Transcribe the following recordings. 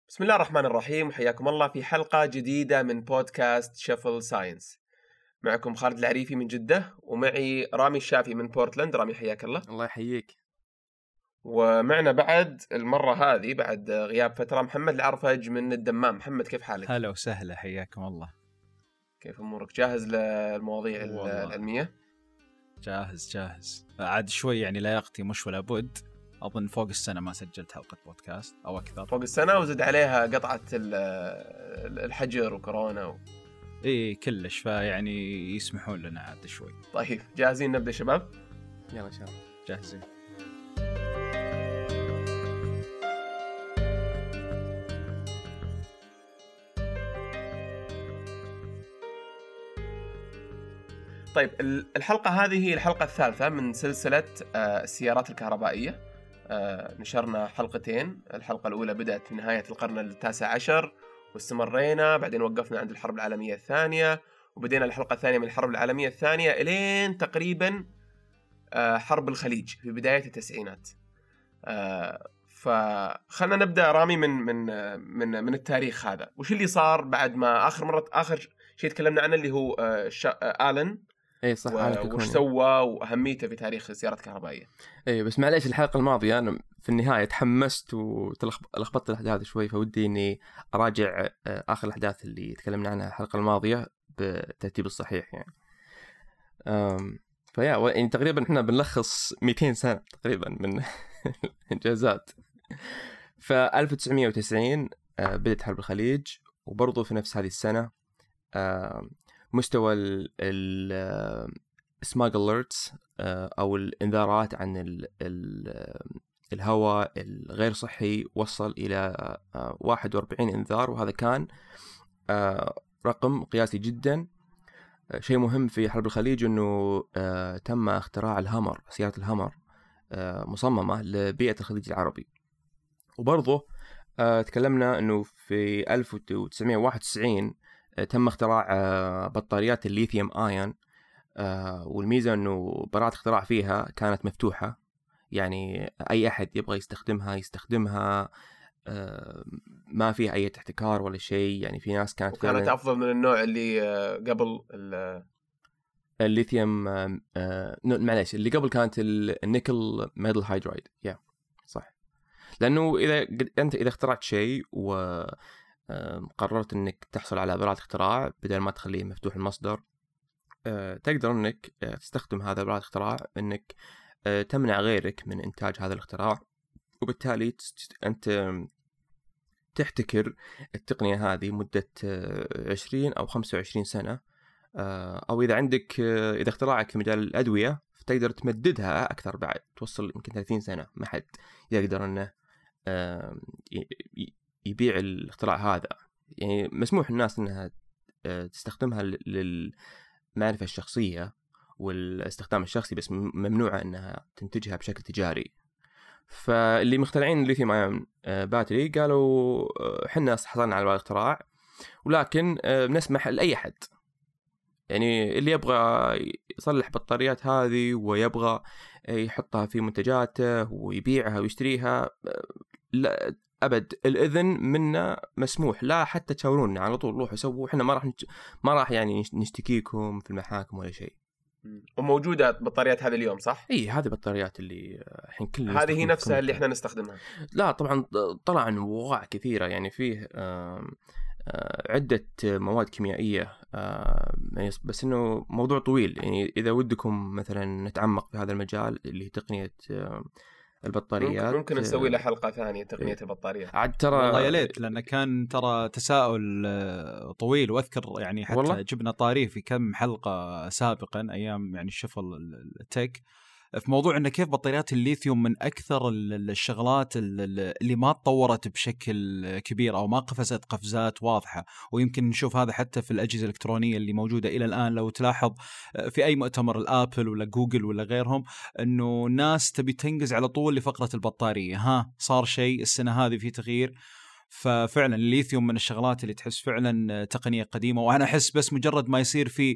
بسم الله الرحمن الرحيم، وحياكم الله في حلقة جديدة من بودكاست شفل ساينس. معكم خالد العريفي من جدة، ومعي رامي الشافي من بورتلاند. رامي حياك الله. الله يحييك. ومعنا بعد المرة هذه بعد غياب فترة محمد العرفج من الدمام. محمد كيف حالك؟ هلا وسهلا، حياكم الله. كيف أمورك؟ جاهز للمواضيع العلمية؟ جاهز عاد شوي، يعني لياقتي مش ولا بد. أظن فوق السنة ما سجلت حلقة بودكاست أو أكثر. فوق السنة وزد عليها قطعة الحجر وكورونا إيه كلش، فيعني يسمحون لنا عاد شوي. طيب جاهزين نبدأ شباب؟ يلا إن شاء الله جاهزين. طيب الحلقة هذه هي الحلقة الثالثة من سلسلة السيارات الكهربائية. نشرنا حلقتين. الحلقة الأولى بدأت في نهاية القرن ال19 واستمرينا، بعدين وقفنا عند الحرب العالمية الثانية، وبدينا الحلقة الثانية من الحرب العالمية الثانية إلين تقريبا حرب الخليج في بداية التسعينات. فخلنا نبدأ رامي من التاريخ هذا. وش اللي صار بعد ما آخر شيء تكلمنا عنه اللي هو آلن؟ اي صح. وش سوى واهميته في تاريخ السيارات الكهربائيه. اي بس معليش، الحلقه الماضيه انا في النهايه تحمست ولخبطت الاحداث شوي، فودي اني اراجع اخر الاحداث اللي تكلمنا عنها الحلقه الماضيه بالترتيب الصحيح يعني. يعني تقريبا احنا بنلخص 200 سنه تقريبا من الانجازات. ف 1990 بدأت حرب الخليج، وبرضه في نفس هذه السنه مستوى السماج أليرتس أو الإنذارات عن الهواء الغير صحي وصل إلى 41 إنذار، وهذا كان رقم قياسي جدا. شيء مهم في حرب الخليج أنه تم اختراع الهامر، سيارة الهامر مصممة لبيئة الخليج العربي. وبرضه تكلمنا أنه في 1991 تم اختراع بطاريات الليثيوم آيون، والميزة أنه براءة اختراع فيها كانت مفتوحة، يعني أي أحد يبغى يستخدمها ما فيها أي احتكار ولا شيء. يعني في ناس كانت أفضل من النوع اللي قبل الليثيوم معليش، اللي قبل كانت النيكل ميدل هيدرايد. صح، لأنه إذا اخترعت شيء قررت انك تحصل على براءة اختراع بدل ما تخليه مفتوح المصدر، تقدر انك تستخدم هذا براءة اختراع انك تمنع غيرك من انتاج هذا الاختراع، وبالتالي انت تحتكر التقنية هذه مدة 20 او 25 سنة. او اذا اختراعك في مجال الادوية فتقدر تمددها اكثر، بعد توصل يمكن 30 سنة ما حد يقدر انه يبيع الاختراع هذا. يعني مسموح الناس انها تستخدمها للمعرفة الشخصية والاستخدام الشخصي، بس ممنوعة انها تنتجها بشكل تجاري. فاللي مخترعين الليثيوم ايون باتري قالوا حنا حصلنا على الاختراع، ولكن نسمح لأي أحد، يعني اللي يبغى يصلح بطاريات هذه ويبغى يحطها في منتجاته ويبيعها ويشتريها، لا أبد، الإذن منا مسموح، لا حتى تشاوروننا على طول روحوا سووا، إحنا ما راح يعني نشتكيكم في المحاكم ولا شيء. وموجودة بطاريات هذا اليوم صح؟ إيه، هذه بطاريات اللي الحين كل هذه هي نفسها اللي إحنا نستخدمها. لا طبعا طلع أنواع كثيرة، يعني فيه عدة مواد كيميائية، بس إنه موضوع طويل. يعني إذا ودكم مثلا نتعمق في هذا المجال اللي هي تقنية البطاريات، ممكن نسوي له حلقة ثانية تقنية البطاريات. عاد ترى والله يا ليت، لأن كان ترى تساؤل طويل، وأذكر يعني حتى والله جبنا طاريه في كم حلقة سابقا أيام يعني الشفل التك في موضوع إنه كيف بطاريات الليثيوم من أكثر الشغلات اللي ما تطورت بشكل كبير أو ما قفزت قفزات واضحة. ويمكن نشوف هذا حتى في الأجهزة الإلكترونية اللي موجودة إلى الآن. لو تلاحظ في أي مؤتمر الآبل ولا جوجل ولا غيرهم، إنه ناس تبي تنجز على طول لفقرة البطارية. صار شيء السنة هذه في تغيير. ففعلا الليثيوم من الشغلات اللي تحس فعلا تقنية قديمة، وأنا أحس بس مجرد ما يصير في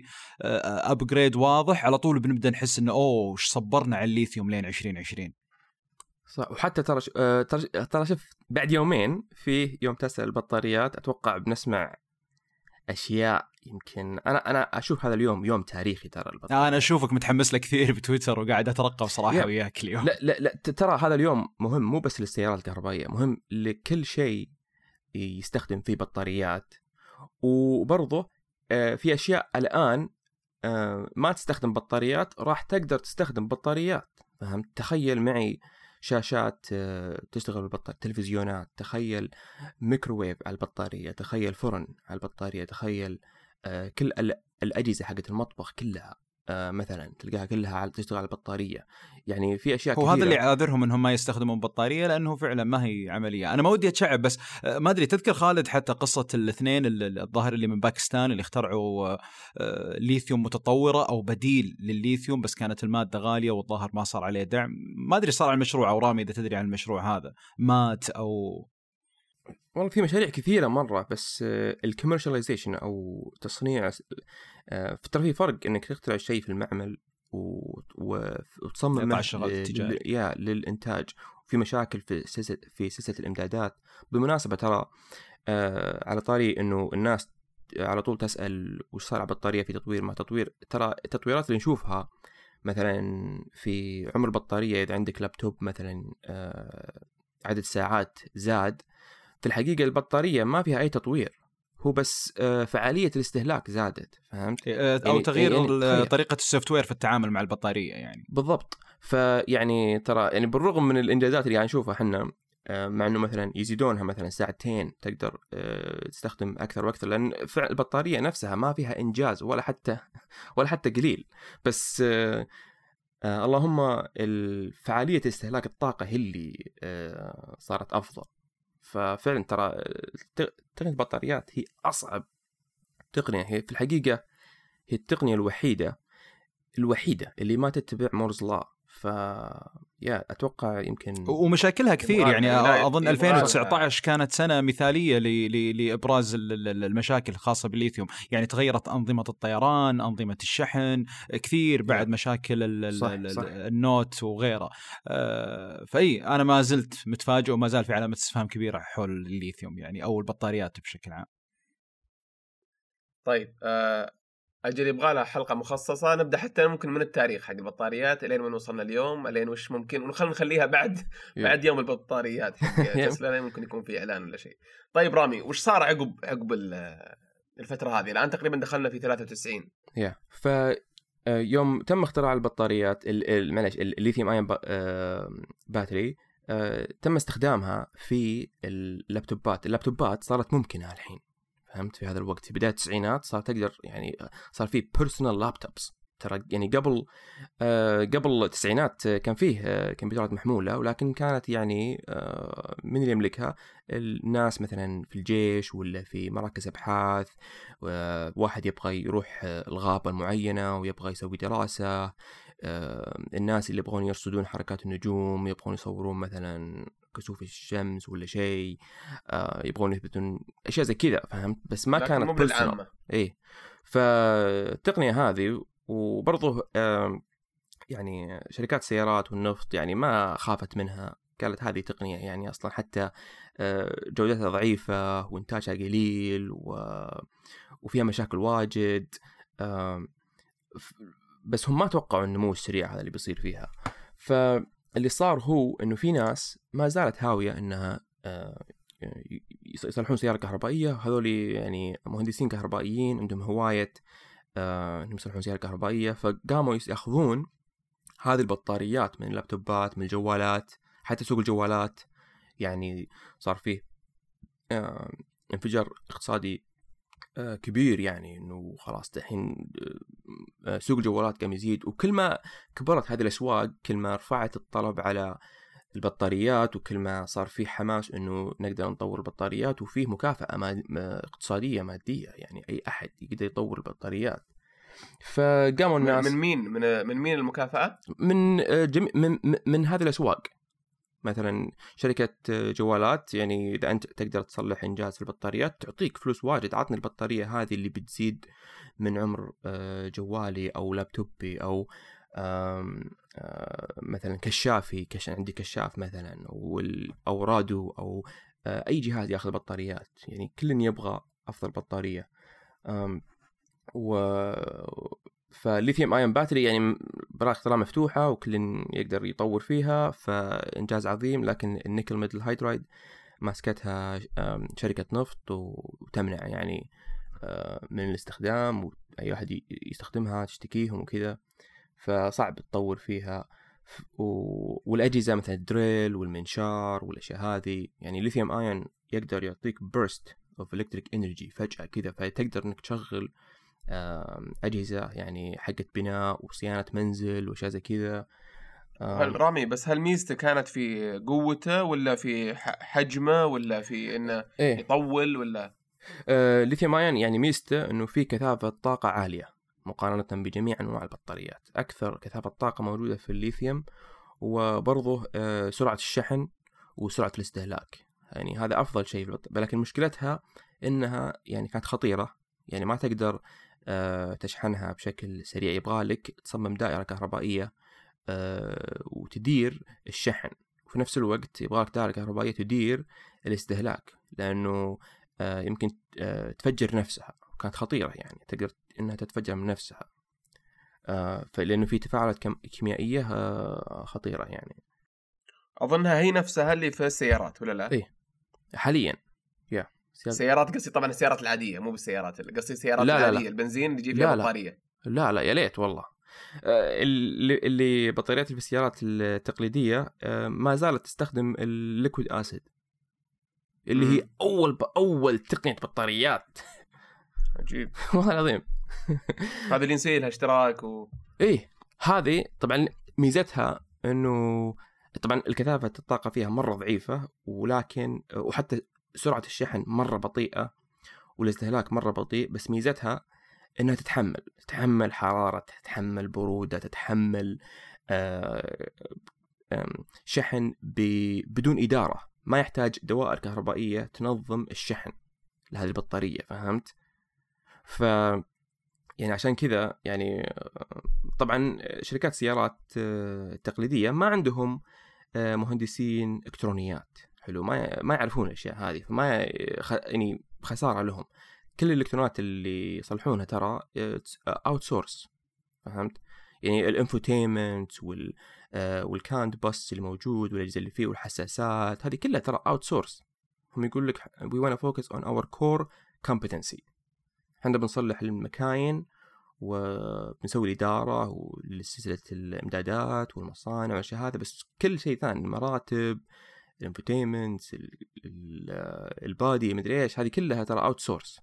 أبجريد واضح على طول بنبدأ نحس إنه وش صبرنا على الليثيوم لين 2020. صح. وحتى ترى شوف بعد يومين في يوم 9 البطاريات أتوقع بنسمع أشياء يمكن أنا أشوف هذا اليوم يوم تاريخي ترى البطاريات. أنا أشوفك متحمس له كثير بتويتر وقاعد أترقب صراحة وياك اليوم. لا ترى هذا اليوم مهم مو بس للسيارات الكهربائية، مهم لكل شيء يستخدم فيه بطاريات. وبرضه في أشياء الآن ما تستخدم بطاريات راح تقدر تستخدم بطاريات، فهمت؟ تخيل معي شاشات تشتغل بالبطارية، تلفزيونات، تخيل ميكروويف على البطارية، تخيل فرن على البطارية، تخيل كل الأجهزة حقت المطبخ كلها مثلا تلقاها كلها تشتغل على البطارية. يعني في أشياء كثيرة. وهذا اللي عاذرهم إنهم ما يستخدمون بطارية لأنه فعلا ما هي عملية. أنا ما ودي أتشعب بس ما أدري، تذكر خالد حتى قصة الاثنين الظاهر اللي من باكستان اللي اخترعوا ليثيوم متطورة أو بديل للليثيوم، بس كانت المادة غالية والظاهر ما صار عليه دعم. ما أدري صار على المشروع أو رامي إذا تدري عن المشروع هذا مات أو والله في مشاريع كثيرة مرة، بس الكوميرشاليزيشن أو تصنيع ترى في فرق إنك تخترع شيء في المعمل وتصمم للإنتاج. وفي مشاكل في سلسلة الإمدادات. بالمناسبة ترى على طاري إنه الناس على طول تسأل وش صار على البطارية في تطوير ما تطوير. ترى التطويرات اللي نشوفها مثلا في عمر البطارية، إذا عندك لابتوب مثلا عدد ساعات زاد، في الحقيقة البطارية ما فيها أي تطوير، هو بس فعالية الاستهلاك زادت، فهمت؟ أو تغيير طريقة السوفت وير في التعامل مع البطارية يعني. بالضبط. فيعني ترى يعني بالرغم من الإنجازات اللي نشوفها حنا، مع إنه مثلا يزيدونها مثلا ساعتين تقدر تستخدم أكثر وأكثر، لأن فعل البطارية نفسها ما فيها إنجاز ولا حتى قليل، بس اللهم الفعالية استهلاك الطاقة هي اللي صارت أفضل. ففعلا ترى تقنية البطاريات هي أصعب تقنية. هي في الحقيقة هي التقنية الوحيدة اللي ما تتبع مورز لا. أتوقع يمكن ومشاكلها كثير يعني. أظن 2019 كانت سنة مثالية لإبراز المشاكل الخاصة بالليثيوم. يعني تغيرت أنظمة الطيران، أنظمة الشحن كثير بعد مشاكل صح. النوت وغيره. فأي أنا ما زلت متفاجئ وما زال في علامة استفهام كبيرة حول الليثيوم يعني، أو البطاريات بشكل عام. طيب أجل يبغى لها حلقة مخصصة، نبدأ حتى ممكن من التاريخ حق البطاريات الين وين وصلنا اليوم، الين وش ممكن، ونخليها نخليها بعد يوم البطاريات حق تسلا، ممكن يكون في إعلان ولا شيء. طيب رامي، وش صار عقب الفترة هذه؟ الآن تقريبا دخلنا في 93. ف يوم تم اختراع البطاريات الليثيوم ايون باتري، تم استخدامها في اللابتوبات صارت ممكنة الحين، فهمت؟ في هذا الوقت في بداية التسعينات صار تقدر يعني صار فيه بيرسونال لابتوبس. ترى يعني قبل التسعينات كان فيه كمبيوترات محمولة، ولكن كانت يعني من اللي يملكها الناس مثلا في الجيش ولا في مراكز أبحاث، واحد يبغى يروح الغابة المعينة ويبغى يسوي دراسة، الناس اللي يبغون يرصدون حركات النجوم، يبغون يصورون مثلا كسوف الشمس ولا شيء، يبغون يثبتون أشياء زي كذا، فهمت؟ بس ما كانت بيرسونال. إيه، فالتقنية هذه وبرضه يعني شركات السيارات والنفط يعني ما خافت منها، قالت هذه تقنية يعني أصلا حتى جودتها ضعيفة وإنتاجها قليل وفيها مشاكل واجد، بس هم ما توقعوا النمو السريع هذا اللي بيصير فيها. فاللي صار هو إنه في ناس ما زالت هاوية إنها يصلحون سيارة كهربائية، هذول يعني مهندسين كهربائيين عندهم هواية إنهم يصلحون سيارة كهربائية، فقاموا يأخذون هذه البطاريات من اللابتوبات، من الجوالات، حتى سوق الجوالات يعني صار فيه انفجار اقتصادي كبير، يعني إنه خلاص الحين سوق الجوالات قام يزيد، وكل ما كبرت هذه الأسواق كل ما رفعت الطلب على البطاريات، وكل ما صار فيه حماس إنه نقدر نطور البطاريات، وفيه مكافأة اقتصادية مادية، يعني أي أحد يقدر يطور البطاريات. فقاموا الناس من مين المكافأة؟ من هذه الأسواق. مثلا شركة جوالات، يعني إذا أنت تقدر تصلح إنجاز في البطاريات تعطيك فلوس واجد، عطني البطارية هذه اللي بتزيد من عمر جوالي أو لابتوبي أو مثلا كشافي عندي كشاف مثلا أو راديو أو أي جهاز يأخذ بطاريات، يعني كل يبغى أفضل بطارية. فالليثيوم ايون باتري يعني براءة اختراع مفتوحة وكل يقدر يطور فيها، فإنجاز عظيم. لكن النيكل ميدل هيدرايد ماسكتها شركة نفط وتمنع يعني من الاستخدام، وأي واحد يستخدمها تشتكيهم وكذا، فصعب تطور فيها. والأجهزة مثل الدريل والمنشار والأشياء هذه، يعني الليثيوم ايون يقدر يعطيك burst of electric energy فجأة كذا، فتقدر انك تشغل أجهزة يعني حقت بناء وصيانة منزل وشيء زي كذا. هل رامي بس هل ميزته كانت في قوته ولا في حجمه ولا في انه يطول ولا؟ الليثيوم ايون يعني ميزته انه فيه كثافة طاقة عالية مقارنة بجميع انواع البطاريات. اكثر كثافة طاقة موجودة في الليثيوم، وبرضه سرعة الشحن وسرعة الاستهلاك، يعني هذا افضل شيء في البطارية. لكن مشكلتها انها يعني كانت خطيرة، يعني ما تقدر تشحنها بشكل سريع، يبغالك تصمم دائرة كهربائية وتدير الشحن، وفي نفس الوقت يبغالك دائرة كهربائية تدير الاستهلاك، لأنه يمكن تفجر نفسها. كانت خطيرة يعني تقدر إنها تتفجر من نفسها، لأنه في تفاعلات كيميائية خطيرة يعني. أظنها هي نفسها اللي في السيارات ولا لا؟ إيه حاليا سيارات، قصدي طبعا السيارات العادية مو بالسيارات، قصدي السيارات العادية البنزين اللي يجي فيها بطارية. لا يا ليت والله. اللي بطاريات في السيارات التقليدية ما زالت تستخدم الليكويد أسيد، اللي هي أول تقنية بطاريات. عجيب والله العظيم. هذا اللي نسوي لها اشتراك إيه هذه طبعا ميزتها إنه طبعا الكثافة الطاقة فيها مرة ضعيفة، ولكن وحتى سرعة الشحن مرة بطيئة والاستهلاك مرة بطيء، بس ميزتها إنها تتحمل حرارة، تتحمل برودة، تتحمل شحن بدون إدارة. ما يحتاج دوائر كهربائية تنظم الشحن لهذه البطارية، فهمت؟ يعني عشان كذا يعني طبعا شركات السيارات التقليدية ما عندهم مهندسين إلكترونيات حلو، ما يعرفون الأشياء هذه، فما يعني خسارة لهم. كل الإلكترونات اللي يصلحونها ترى اوت سورس، فهمت؟ يعني الانفوتيمنت والكاند باس اللي موجود والأجهزة اللي فيه والحساسات هذه كلها ترى اوت سورس. هم يقول لك we want to focus on our core competency، احنا بنصلح المكاين وبنسوي الإدارة ولسلسلة الإمدادات والمصانع والشيء هذا، بس كل شيء ثاني المراتب الانفوتيمنت البادي مدري ايش هذه كلها ترى اوت سورس.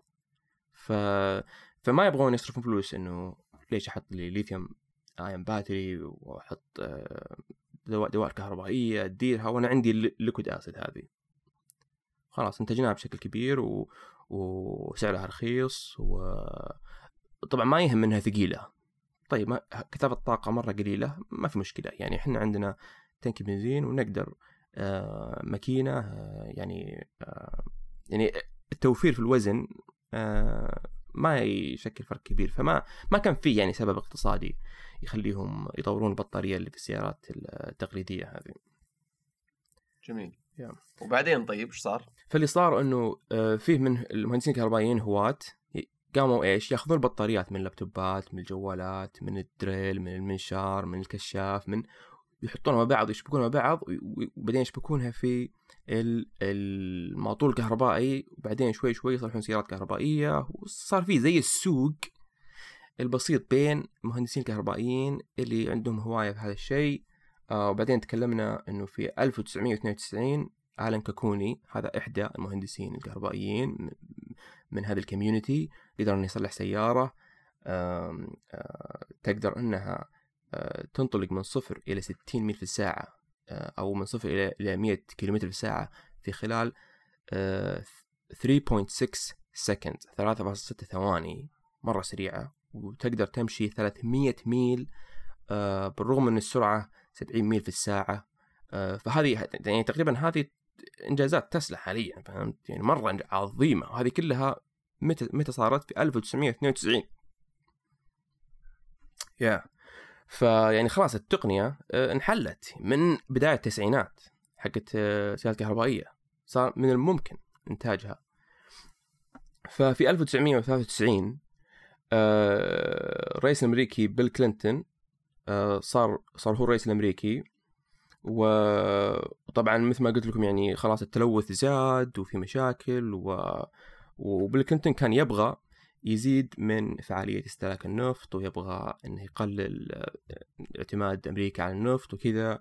فما يبغون يصرفون فلوس انه ليش احط لي ليثيوم ايون باتري واحط دوائر كهربائيه تديرها وانا عندي الليكويد اسيد هذه. خلاص انتجناها بشكل كبير وسعرها رخيص، وطبعا ما يهم انها ثقيله. طيب كثافه الطاقه مره قليله ما في مشكله، يعني احنا عندنا تنك بنزين ونقدر ماكينه يعني التوفير في الوزن ما يشكل فرق كبير. فما كان فيه يعني سبب اقتصادي يخليهم يطورون البطارية اللي في السيارات التقليدية هذه. جميل. وبعدين طيب ايش صار؟ فاللي صار انه فيه من المهندسين الكهربائيين هواة قاموا ايش ياخذون البطاريات من اللابتوبات، من الجوالات، من الدريل، من المنشار، من الكشاف، من يحطونها مع بعض يشبكونها مع بعض، وبعدين يشبكونها في الموتور الكهربائي، وبعدين شوي شوي يصلحون سيارات كهربائية. وصار فيه زي السوق البسيط بين المهندسين الكهربائيين اللي عندهم هواية في هذا الشيء. وبعدين تكلمنا انه في 1992 آلان كاكوني، هذا احدى المهندسين الكهربائيين من هذا الكوميونتي، قدر انه يصلح سيارة تقدر انها تنطلق من 0 إلى 60 ميل في الساعة، أو من 0 إلى 100 كيلومتر في الساعة في خلال 3.6 سكند، 3.6 ثواني، مرة سريعة. وتقدر تمشي 300 ميل بالرغم من السرعة 70 ميل في الساعة. فهذه يعني تقريبا هذه إنجازات تسلا حاليا، فهمت؟ يعني مرة عظيمة. هذه كلها متى صارت؟ في 1992. فيعني خلاص التقنية انحلت من بداية التسعينات حقت سيارات كهربائية، صار من الممكن إنتاجها. ففي 1993 الرئيس الأمريكي بيل كلينتون صار هو الرئيس الأمريكي، وطبعا مثل ما قلت لكم يعني خلاص التلوث زاد وفي مشاكل، وبيل كلينتون كان يبغى يزيد من فعالية استهلاك النفط، ويبغى إنه يقلل اعتماد أمريكا على النفط وكذا.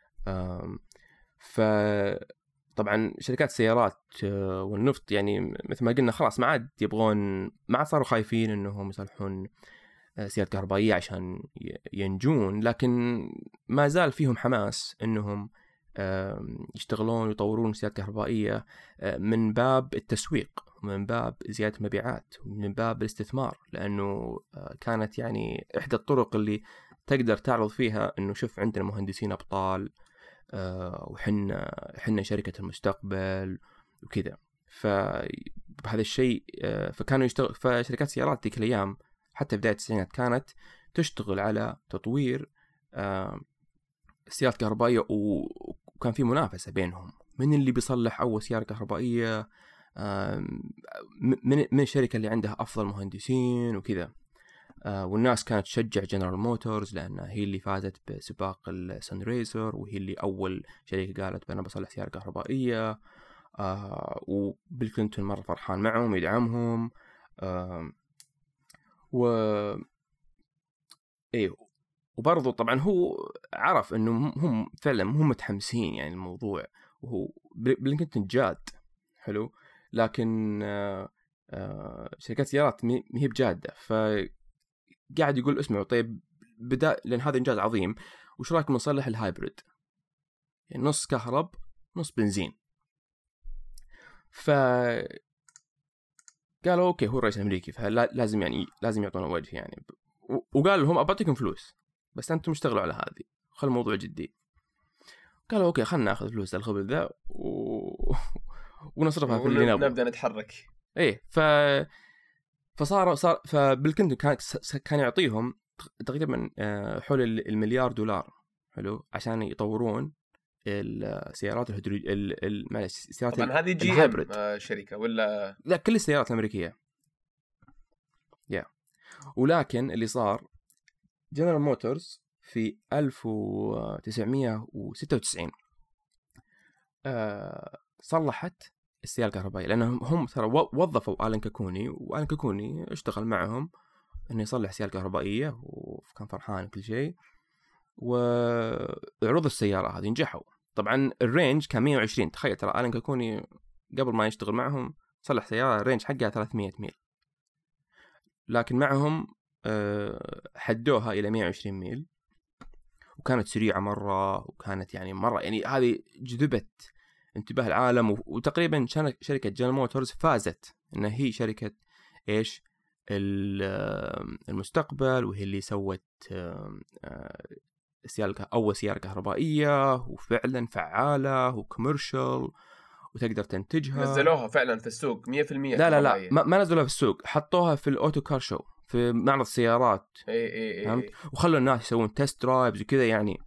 فطبعا شركات السيارات والنفط يعني مثل ما قلنا خلاص ما عاد صاروا خايفين إنهم يصلحون سيارات كهربائية عشان ينجون، لكن ما زال فيهم حماس إنهم يشتغلون ويطورون سيارات كهربائية من باب التسويق، من باب زيادة مبيعات، من باب الاستثمار، لأنه كانت يعني إحدى الطرق اللي تقدر تعرض فيها إنه شوف عندنا مهندسين أبطال وحنا شركة المستقبل وكذا. فبهذا الشيء فكانوا يشتغل فشركات السيارات ذيك الأيام حتى بداية التسعينات كانت تشتغل على تطوير السيارات الكهربائية، وكان في منافسة بينهم من اللي بيصلح أول سيارة كهربائية، من الشركة اللي عندها أفضل مهندسين وكذا. والناس كانت تشجع جنرال موتورز لأنها هي اللي فازت بسباق السن ريسر، وهي اللي أول شركة قالت أنا بصلح سيارة كهربائية. وبيل كلينتون مرة فرحان معهم يدعمهم. وبرضو طبعا هو عرف انه هم فعلا هم متحمسين يعني الموضوع، وهو بيل كلينتون جاد حلو، لكن شركات سيارات ما هي بجادة. فقاعد يقول اسمعوا طيب لأن هذا إنجاز عظيم، وش رأيكم نصلح الهايبريد، يعني نص كهرب نص بنزين. قالوا اوكي هو الرئيس الامريكي فلازم يعني لازم يعطونا وجه يعني، وقال لهم ابعطيكم فلوس بس انتم اشتغلوا على هذه، خلوا الموضوع جدي. قالوا اوكي خلنا ناخذ فلوس الخبز ذا ونصرفها في اللي نبغى، نبدا نتحرك. ايه فصار فبيل كلينتون كان يعطيهم تقريبا حول $1 مليار حلو عشان يطورون السيارات السيارات طبعا هذه جي ام شركه ولا لا كل السيارات الامريكيه ولكن اللي صار جنرال موتورز في 1996 صلحت السيارة الكهربائية، لأنهم هم ترى وظفوا آلان كوكوني، وآلان كوكوني اشتغل معهم إنه يصلح سيارة كهربائية وكان فرحان كل شيء. وعروض السيارة هذه نجحوا. طبعا الرينج كان 120. تخيل ترى آلان كوكوني قبل ما يشتغل معهم صلح سيارة الرينج حقها 300 ميل، لكن معهم حدوها إلى 120 ميل، وكانت سريعة مرة، وكانت يعني مرة يعني هذه جذبت انتباه العالم. وتقريبا شركة جنرال موتورز فازت إنها هي شركة إيش المستقبل، وهي اللي سوت أول سيارة كهربائية وفعلا فعالة وكوميرشال وتقدر تنتجها. نزلوها فعلا في السوق 100%. لا ما نزلوها في السوق، حطوها في الأوتو كار شو في معرض السيارات. اي وخلوا الناس يسوون تيست درايفز وكذا يعني.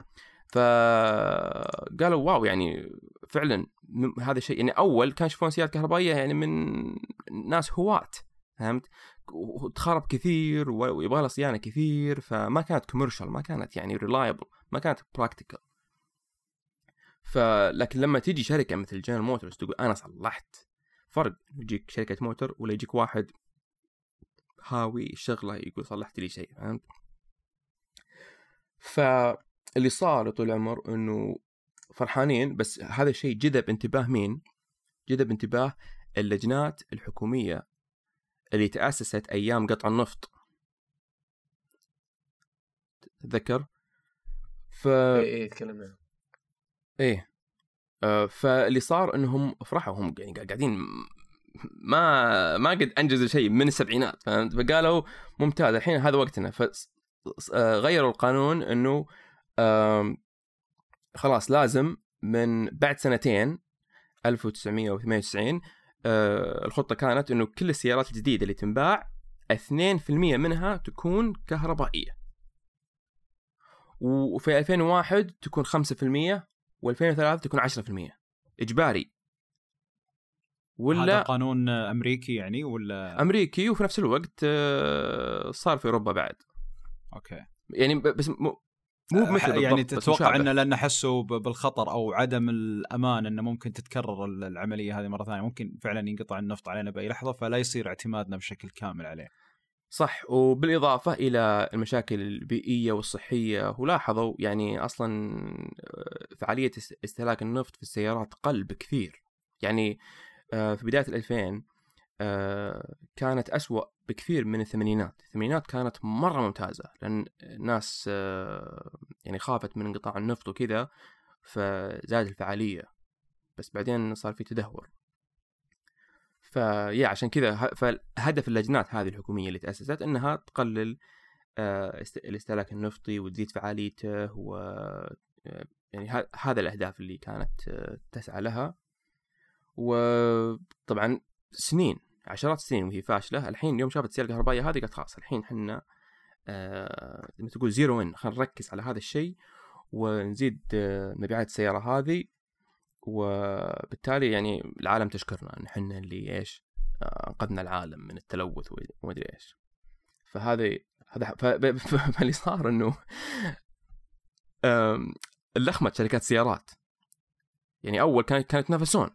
فقالوا واو يعني فعلا هذا الشيء يعني أول كان يشوفون سيارة كهربائية يعني من ناس هواة، فهمت، وتخرب كثير ويبغى لها صيانة كثير، فما كانت كوميرشال، ما كانت يعني ريلايبل، ما كانت براكتيكال. لكن لما تيجي شركة مثل جنرال موتورز تقول أنا صلحت، فرق يجيك شركة موتور ولا يجيك واحد هاوي شغله يقول صلحت لي شيء، فهمت. فاللي صار طول العمر إنه فرحانين، بس هذا الشيء جذب انتباه مين؟ جذب انتباه اللجنات الحكومية اللي تأسست أيام قطع النفط، تذكر؟ إيه تكلمنا. فاللي صار إنهم فرحوا، هم يعني قاعدين ما قد أنجزوا شيء من السبعينات، فهمت؟ فقالوا ممتاز الحين هذا وقتنا. فغيروا القانون إنه خلاص لازم من بعد سنتين 1998 الخطة كانت إنه كل السيارات الجديدة اللي تنباع 2% منها تكون كهربائية، وفي 2001 تكون 5% و2003 تكون 10% إجباري. ولا هذا قانون أمريكي يعني ولا أمريكي، وفي نفس الوقت صار في أوروبا بعد. أوكي يعني بس مو مثل يعني تتوقع أنه لأن حسوا بالخطر أو عدم الأمان أنه ممكن تتكرر العملية هذه مرة ثانية، ممكن فعلا ينقطع النفط علينا بأي لحظة، فلا يصير اعتمادنا بشكل كامل عليه. صح. وبالإضافة إلى المشاكل البيئية والصحية، ولاحظوا يعني أصلا فعالية استهلاك النفط في السيارات قل بكثير. يعني في بداية 2000 كانت أسوأ بكثير من الثمانينات كانت مرة ممتازة، لأن الناس يعني خافت من انقطاع النفط وكذا، فزاد الفعالية، بس بعدين صار في تدهور. عشان كذا فهدف اللجنات هذه الحكومية اللي تأسست إنها تقلل الاستهلاك النفطي وتزيد فعاليته، و يعني هذا الأهداف اللي كانت تسعى لها. وطبعا عشرات السنين وهي فاشلة. الحين يوم شافت السيارة الكهربائية هذه قالت خلاص الحين حنا لما تقول زيرو إن، خلينا نركز على هذا الشيء ونزيد مبيعات السيارة هذه، وبالتالي يعني العالم تشكرنا إن حنا اللي إيش أنقذنا العالم من التلوث وما أدري إيش. فهذا فاللي صار إنه اللخمة شركات السيارات. يعني أول كانت يتنافسون،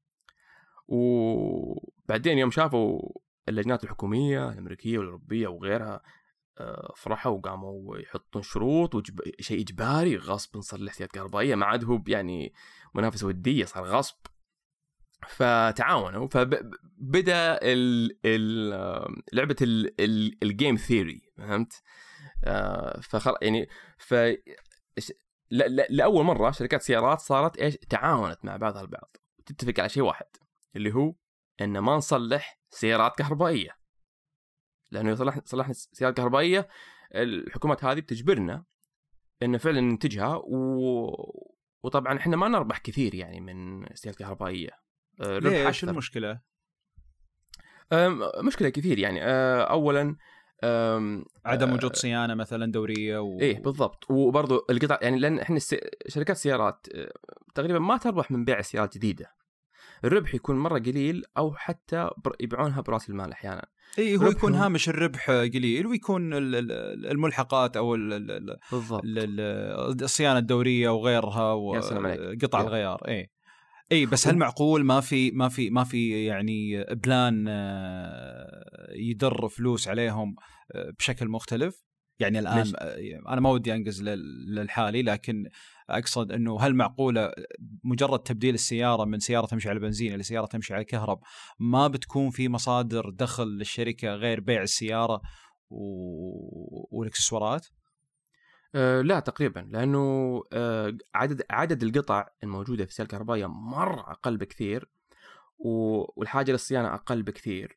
وبعدين يوم شافوا اللجنات الحكومية الأمريكية والأوروبية وغيرها فرحوا وقاموا يحطون شروط شيء إجباري غصب نصلح سيارات كهربائية، ما عاد هو يعني منافسة ودية، صار غصب. فتعاونوا، فبدأ لعبة الجيم ثيوري، فهمت؟ يعني لأول مرة شركات سيارات صارت إيش تعاونت مع بعضها البعض وتتفق على شيء واحد، اللي هو إن ما نصلح سيارات كهربائية، لأنه صلحنا سيارات كهربائية الحكومات هذه بتجبرنا إن فعلا ننتجها، وطبعا إحنا ما نربح كثير يعني من السيارات الكهربائية. ليش المشكلة؟ مشكلة كثير يعني. أولا عدم وجود صيانة مثلا دورية إيه بالضبط. وبرضو القطع، يعني لأن إحنا شركات السيارات تقريبا ما تربح من بيع سيارات جديدة، الربح يكون مرة قليل أو حتى يبيعونها برأس المال أحيانا. إيه هو يكون هامش الربح قليل، ويكون الملحقات أو الصيانة الدورية وغيرها وقطع الغيار. إيه بس هل معقول ما في يعني بلان يدر فلوس عليهم بشكل مختلف؟ يعني الآن أنا ما ودي أنقز للحالي، لكن أقصد أنه هل معقولة مجرد تبديل السيارة من سيارة تمشي على بنزين إلى سيارة تمشي على كهرب ما بتكون في مصادر دخل للشركة غير بيع السيارة والإكسسوارات؟ لا تقريبا، لأنه عدد القطع الموجودة في السيارة الكهربائية مرة أقل بكثير، والحاجة للصيانة أقل بكثير،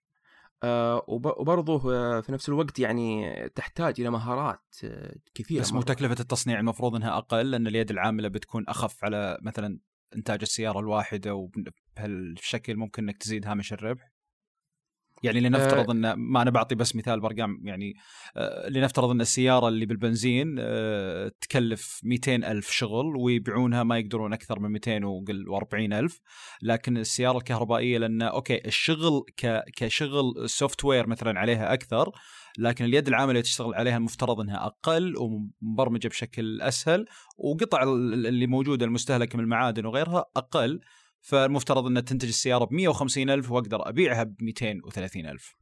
وبرضه في نفس الوقت يعني تحتاج إلى مهارات كثيرة. بس مو تكلفة التصنيع المفروض أنها أقل، لأن اليد العاملة بتكون أخف على مثلا إنتاج السيارة الواحدة، وبهالشكل ممكن أنك تزيد هامش الربح. يعني لنفترض أن ما أنا بعطي بس مثال برقم، يعني لنفترض أن السيارة اللي بالبنزين تكلف 200,000 شغل ويبيعونها ما يقدرون أكثر من 240,000، لكن السيارة الكهربائية لأن أوكي الشغل كشغل سوفت وير مثلا عليها أكثر، لكن اليد العاملة تشتغل عليها المفترض أنها أقل ومبرمجة بشكل أسهل، وقطع اللي موجودة المستهلكة من المعادن وغيرها أقل، فالمفترض أن تنتج السيارة ب150,000 وأقدر أبيعها ب230,000.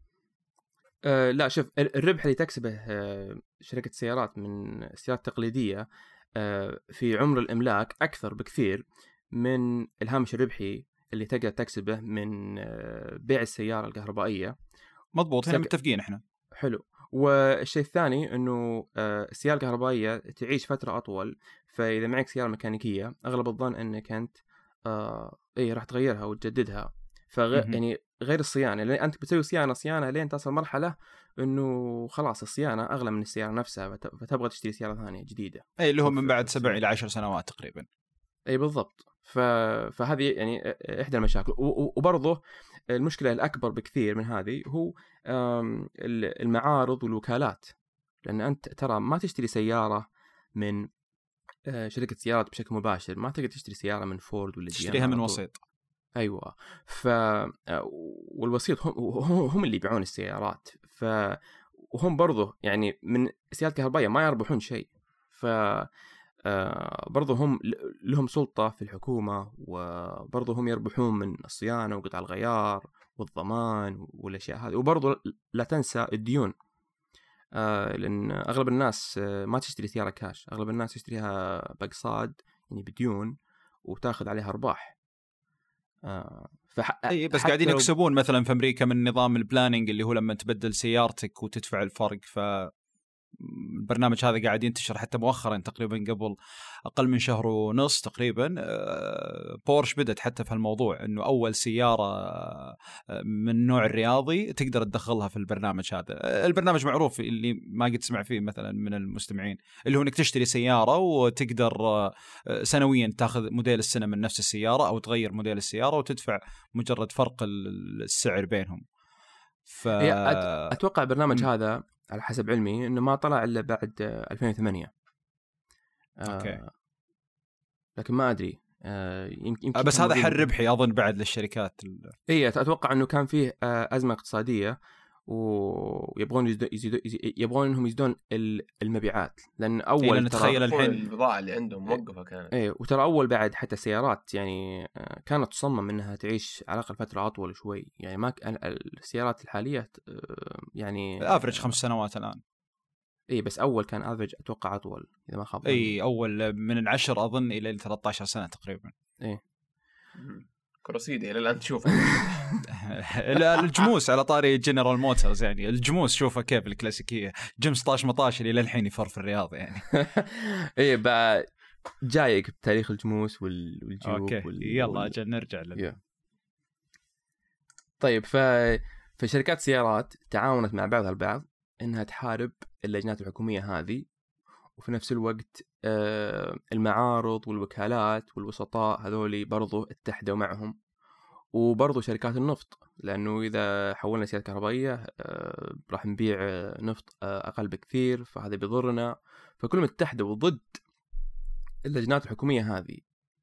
لا شوف، الربح اللي تكسبه شركة السيارات من السيارات التقليدية في عمر الإملاك أكثر بكثير من الهامش الربحي اللي تقدر تكسبه من بيع السيارة الكهربائية. مضبوط، هنا متفقين إحنا. حلو. والشيء الثاني أنه السيارة الكهربائية تعيش فترة أطول، فإذا معك سيارة ميكانيكية أغلب الظن أنك أنت راح تغيرها وتجددها. يعني غير الصيانة، لأن أنت بتسوي صيانة لين تصل مرحلة إنه خلاص الصيانة أغلى من السيارة نفسها، فتبغى تشتري سيارة ثانية جديدة. اللي هو من بعد 7 إلى 10 سنوات تقريبا. بالضبط. فهذه يعني إحدى المشاكل. وبرضه المشكلة الأكبر بكثير من هذه هو المعارض والوكالات، لأن أنت ترى ما تشتري سيارة من شركة سيارات بشكل مباشر، ما تقدر تشتري سيارة من فورد ولا تشتريها من وسيط. أيوة. والوسيط هم اللي يبيعون السيارات، وهم برضو يعني من سيارات كهربائية ما يربحون شيء. برضو هم لهم سلطة في الحكومة، وبرضو هم يربحون من الصيانة وقطع الغيار والضمان والأشياء هذه. وبرضو لا تنسى الديون، لأن أغلب الناس ما تشتري سيارة كاش، أغلب الناس تشتريها بقصاد يعني بديون وتاخذ عليها أرباح. اي بس قاعدين يكسبون مثلا في امريكا من نظام البلاننج اللي هو لما تبدل سيارتك وتدفع الفرق. البرنامج هذا قاعد ينتشر حتى مؤخرا تقريبا قبل أقل من شهر ونص تقريبا. بورش بدأت حتى في الموضوع أنه أول سيارة من النوع الرياضي تقدر تدخلها في البرنامج هذا. البرنامج معروف اللي ما قد سمع فيه مثلا من المستمعين، اللي هو أنك تشتري سيارة وتقدر سنويا تاخذ موديل السنة من نفس السيارة أو تغير موديل السيارة وتدفع مجرد فرق السعر بينهم. أتوقع البرنامج هذا على حسب علمي إنه ما طلع إلا بعد 2008. أوكي. لكن ما أدري، يمكن بس هذا حل ربحي أظن بعد للشركات. إيه أتوقع إنه كان فيه أزمة اقتصادية ويبغون يبغون إنهم يزيدون المبيعات، لأن أول تخيل الحين البضاعة اللي عندهم موقفة كانت. إيه وترى أول بعد حتى السيارات يعني كانت تصمم إنها تعيش على الأقل فترة أطول شوي. يعني ما السيارات الحالية يعني أفرج 5 سنوات الآن. إيه بس أول كان أفرج أتوقع أطول إذا ما خاب. إيه أول من 10 أظن إلى 13 سنة تقريبا. إيه كروسيدي إلى الآن تشوف الجموس على طاري جنرال موتورز، يعني الجموس شوفها كيف الكلاسيكية جيم 16 إلى الحين يفر في الرياض يعني. إيه بقى جايك بتاريخ الجموس والجيوب. أوكي يلا أجل نرجع له. طيب فشركات سيارات تعاونت مع بعضها البعض إنها تحارب اللجنات الحكومية هذه، وفي نفس الوقت المعارض والوكالات والوسطاء هذولي برضو اتحدوا معهم، وبرضو شركات النفط، لأنه إذا حولنا سيارة كهربائية راح نبيع نفط أقل بكثير، فهذا بيضرنا. فكلهم اتحدوا ضد اللجنات الحكومية هذه.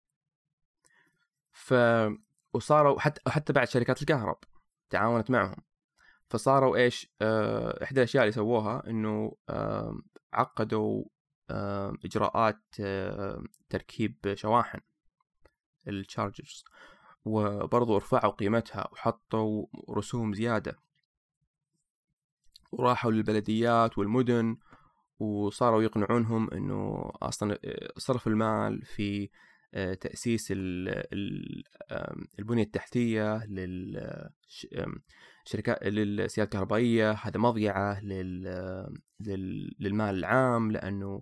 وصاروا حتى بعد شركات الكهرب تعاونت معهم، فصاروا إيش إحدى الأشياء اللي سووها إنه عقدوا إجراءات تركيب شواحن الشارجرز، وبرضو رفعوا قيمتها وحطوا رسوم زيادة، وراحوا للبلديات والمدن وصاروا يقنعونهم إنه أصلا صرف المال في تأسيس البنية التحتية للشركات للسيارات الكهربائية هذا مضيعة للمال العام، لأنه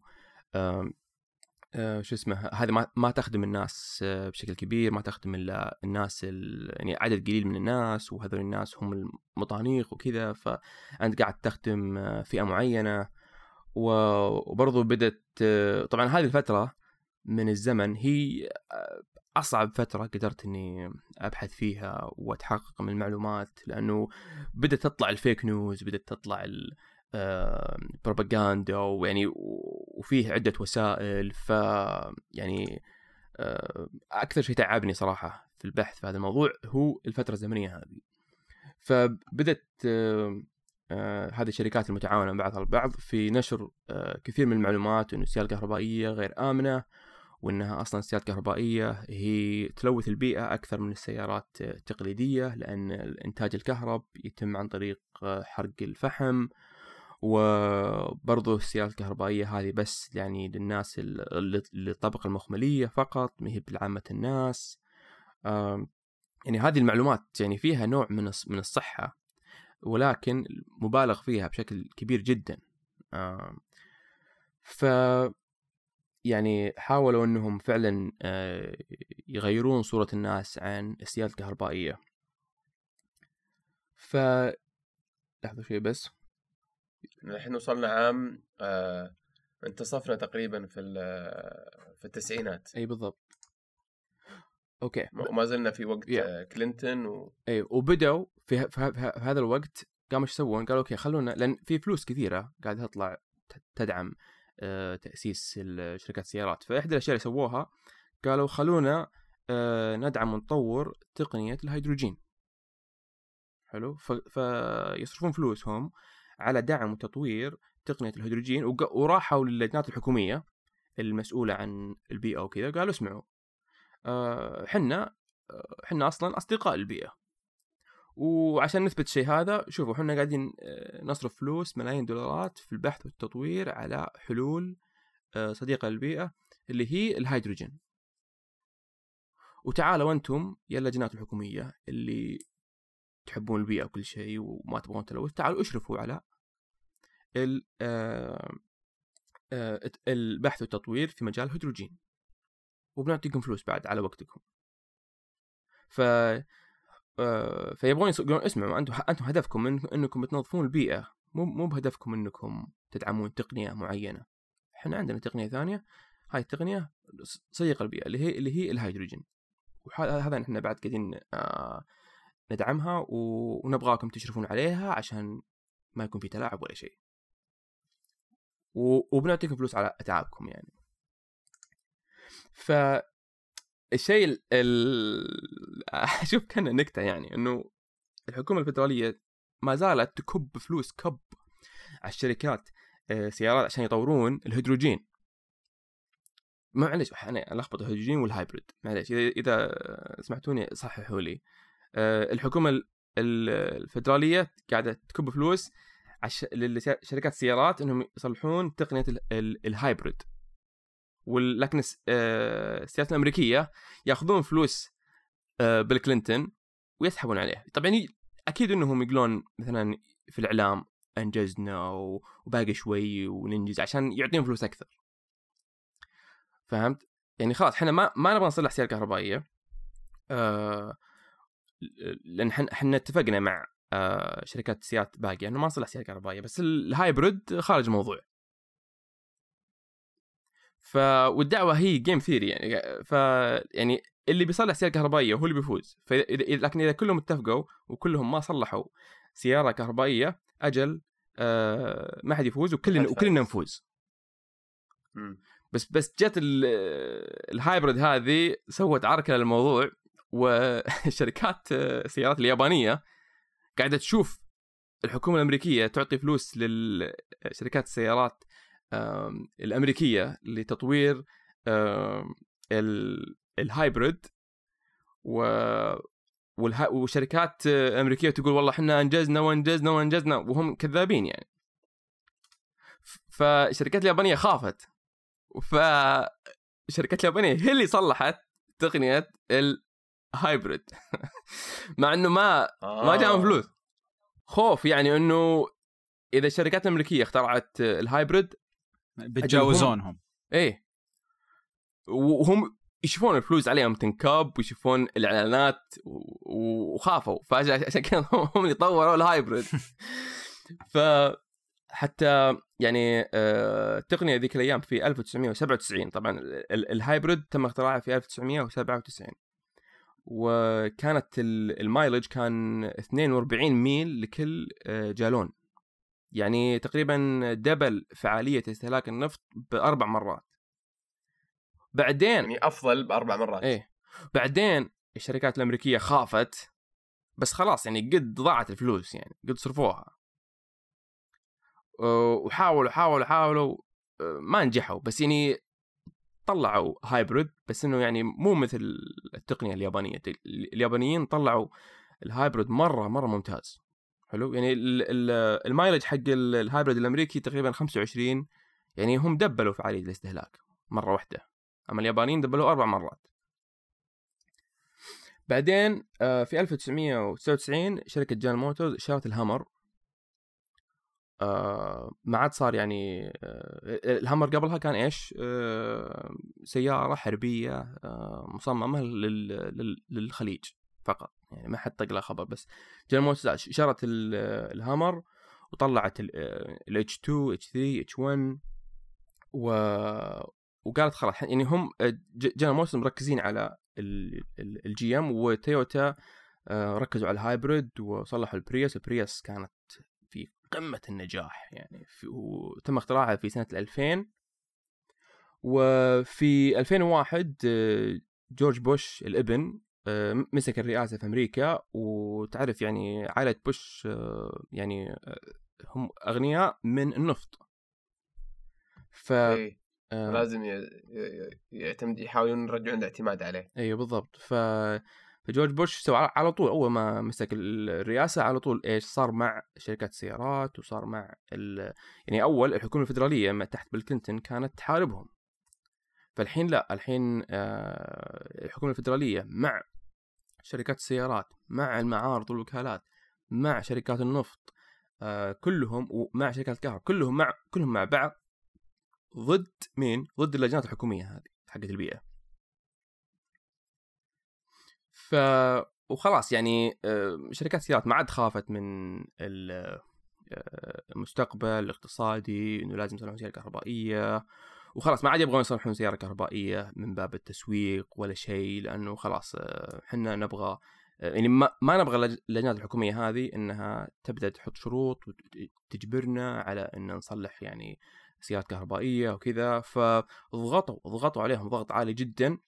شو اسمه هذا ما تخدم الناس بشكل كبير، ما تخدم إلا الناس يعني عدد قليل من الناس، وهذول الناس هم المطانيخ وكذا، فأنت قاعد تخدم فئة معينة. وبرضو بدت طبعا هذه الفترة من الزمن هي أصعب فترة قدرت إني أبحث فيها وأتحقق من المعلومات، لأنه بدأت تطلع الفيك نيوز، بدأت تطلع البروباغندا، ويعني وفيه عدة وسائل. يعني أكثر شيء تعبني صراحة في البحث في هذا الموضوع هو الفترة الزمنية هذه. فبدأت هذه الشركات المتعاونة مع بعضها البعض في نشر كثير من المعلومات إنه السيارة الكهربائية غير آمنة، وإنها أصلاً السيارات الكهربائية هي تلوث البيئة أكثر من السيارات التقليدية، لأن الإنتاج الكهرب يتم عن طريق حرق الفحم. وبرضو السيارات الكهربائية هذه بس يعني للناس للطبقة المخملية فقط، ما هي بالعامة الناس. يعني هذه المعلومات يعني فيها نوع من الصحة، ولكن مبالغ فيها بشكل كبير جدا. يعني حاولوا أنهم فعلا يغيرون صورة الناس عن السيارات الكهربائية. لحظة شيء بس، نحن وصلنا عام انتصفنا تقريبا في التسعينات. أي بالضبط. أوكي وما زلنا في وقت كلينتون أي وبدأوا في هذا الوقت قاموا يسوون، قالوا أوكي خلونا، لأن في فلوس كثيرة قاعدة تطلع تدعم تأسيس شركات السيارات. فإحدى الأشياء اللي سووها قالوا خلونا ندعم ونطور تقنية الهيدروجين. حلو. فيصرفون فلوسهم على دعم وتطوير تقنية الهيدروجين، وراحوا للجنات الحكومية المسؤولة عن البيئة وكذا، قالوا اسمعوا حنا أصلا أصدقاء البيئة، وعشان نثبت شيء هذا شوفوا حنا قاعدين نصرف فلوس ملايين دولارات في البحث والتطوير على حلول صديقة للبيئة اللي هي الهيدروجين. وتعالوا أنتم يا اللجنات الحكومية اللي تحبون البيئة وكل شيء وما تبغون تلوث، تعالوا اشرفوا على البحث والتطوير في مجال الهيدروجين، وبنعطيكم فلوس بعد على وقتكم. فيبغون يقولون اسمعوا أنتم هدفكم إنكم بتنظفون البيئة، مو بهدفكم إنكم تدعمون تقنية معينة. إحنا عندنا تقنية ثانية، هاي التقنية صديقة البيئة اللي هي الهيدروجين، وهذا نحن بعد قاعدين ندعمها ونبغاكم تشرفون عليها عشان ما يكون في تلاعب ولا شيء، وبنعطيكم فلوس على أتعابكم يعني. فالشيء أشوف كان نكتة يعني إنه الحكومة الفدرالية ما زالت تكب فلوس كب على الشركات سيارات عشان يطورون الهيدروجين. معلش أنا ألخبط الهيدروجين والهايبريد، معلش إذا سمعتوني صححوا لي. الحكومة الفدرالية قاعدة تكب فلوس لشركات السيارات إنهم يصلحون تقنية الهايبريد، ولكن السياسة الأمريكية يأخذون فلوس بيل كلينتون ويسحبون عليه. طبعا أكيد إنهم يقولون مثلا في الإعلام أنجزنا وباقي شوي وننجز عشان يعطيهم فلوس أكثر، فهمت يعني؟ خلاص إحنا ما نبغى نصلح سيارة كهربائية لأن إحنا اتفقنا مع شركات السيارات باقية إنه ما نصلح سيارة كهربائية، بس الهايبريد خارج الموضوع. والدعوة هي جيم ثيري يعني، يعني اللي بيصلح سيارة كهربائية هو اللي بيفوز. لكن إذا كلهم اتفقوا وكلهم ما صلحوا سيارة كهربائية أجل ما حد يفوز وكلنا نفوز. بس جت الهايبريد هذه سوت عركة للموضوع، وشركات السيارات اليابانية قاعدة تشوف الحكومة الأمريكية تعطي فلوس للشركات السيارات الأمريكية لتطوير الهايبريد، وشركات أمريكية تقول والله إحنا أنجزنا وهم كذابين يعني. فالشركات اليابانية خافت، فالشركات اليابانية هي اللي صلحت تقنية الهايبريد مع إنه ما جاءهم فلوس. خوف يعني إنه إذا الشركات الأمريكية اخترعت الهايبريد بتجاوزونهم. إيه، وهم يشوفون الفلوس عليهم تنكب ويشوفون الإعلانات وخافوا، فعشان كذا هم اللي طوروا الهايبريد. فحتى يعني التقنية ذيك الأيام في 1997، طبعا الهايبريد تم اختراعها في 1997، وكانت المايلج كان 42 ميل لكل جالون، يعني تقريبا دبل فعالية استهلاك النفط ب4 مرات. بعدين يعني أفضل ب4 مرات. إيه، بعدين الشركات الأمريكية خافت، بس خلاص يعني قد ضاعت الفلوس يعني قد صرفوها، وحاولوا ما نجحوا، بس يعني طلعوا هايبريد، بس إنه يعني مو مثل التقنية اليابانية. اليابانيين طلعوا الهايبريد مرة ممتاز، حلو يعني. المايلج حق الهايبريد الأمريكي تقريبا 25، يعني هم دبلوا فعالية الاستهلاك مرة واحدة، أما اليابانيين دبلوا 4 مرات. بعدين في 1999 شركة جان موتورز اشترت الهامر. ما عاد صار يعني الهامر قبلها كان إيش؟ سيارة حربية مصممة للخليج فقط، يعني ما حد طق لها خبر. بس جان موتورز اشترت الهامر وطلعت ال H2 H3 H1 وقالت خلاص يعني هم جان موتورز مركزين على الجي ام، وتويوتا ركزوا على الهايبريد وصلحوا البريوس كانت في قمة النجاح يعني، وتم اختراعها في سنة 2000 وفي 2001 جورج بوش الابن مسك الرئاسة في أمريكا. وتعرف يعني عائلة بوش يعني هم أغنياء من النفط، لازم يعتمد، يحاولون يرجعون الاعتماد عليه. ايوه بالضبط. فجورج بوش سوى على طول اول ما مسك الرئاسه على طول ايش صار مع شركات السيارات، وصار مع يعني اول الحكومه الفدراليه تحت بيل كلينتون كانت تحاربهم. فالحين لا، الحين الحكومه الفدراليه مع شركات السيارات، مع المعارض والوكالات، مع شركات النفط كلهم، ومع شركات الكهرباء كلهم مع بعض ضد مين؟ ضد اللجنات الحكوميه هذه حقت البيئه. وخلاص يعني شركات السيارات ما عاد خافت من المستقبل الاقتصادي انه لازم يصنعون سيارة كهربائية، وخلاص ما عاد يبغون يصنعون سيارة كهربائية من باب التسويق ولا شيء، لانه خلاص احنا نبغى يعني ما نبغى اللجنات الحكومية هذه انها تبدأ تحط شروط وتجبرنا على ان نصلح يعني سيارات كهربائية وكذا. فضغطوا عليهم ضغط عالي جدا.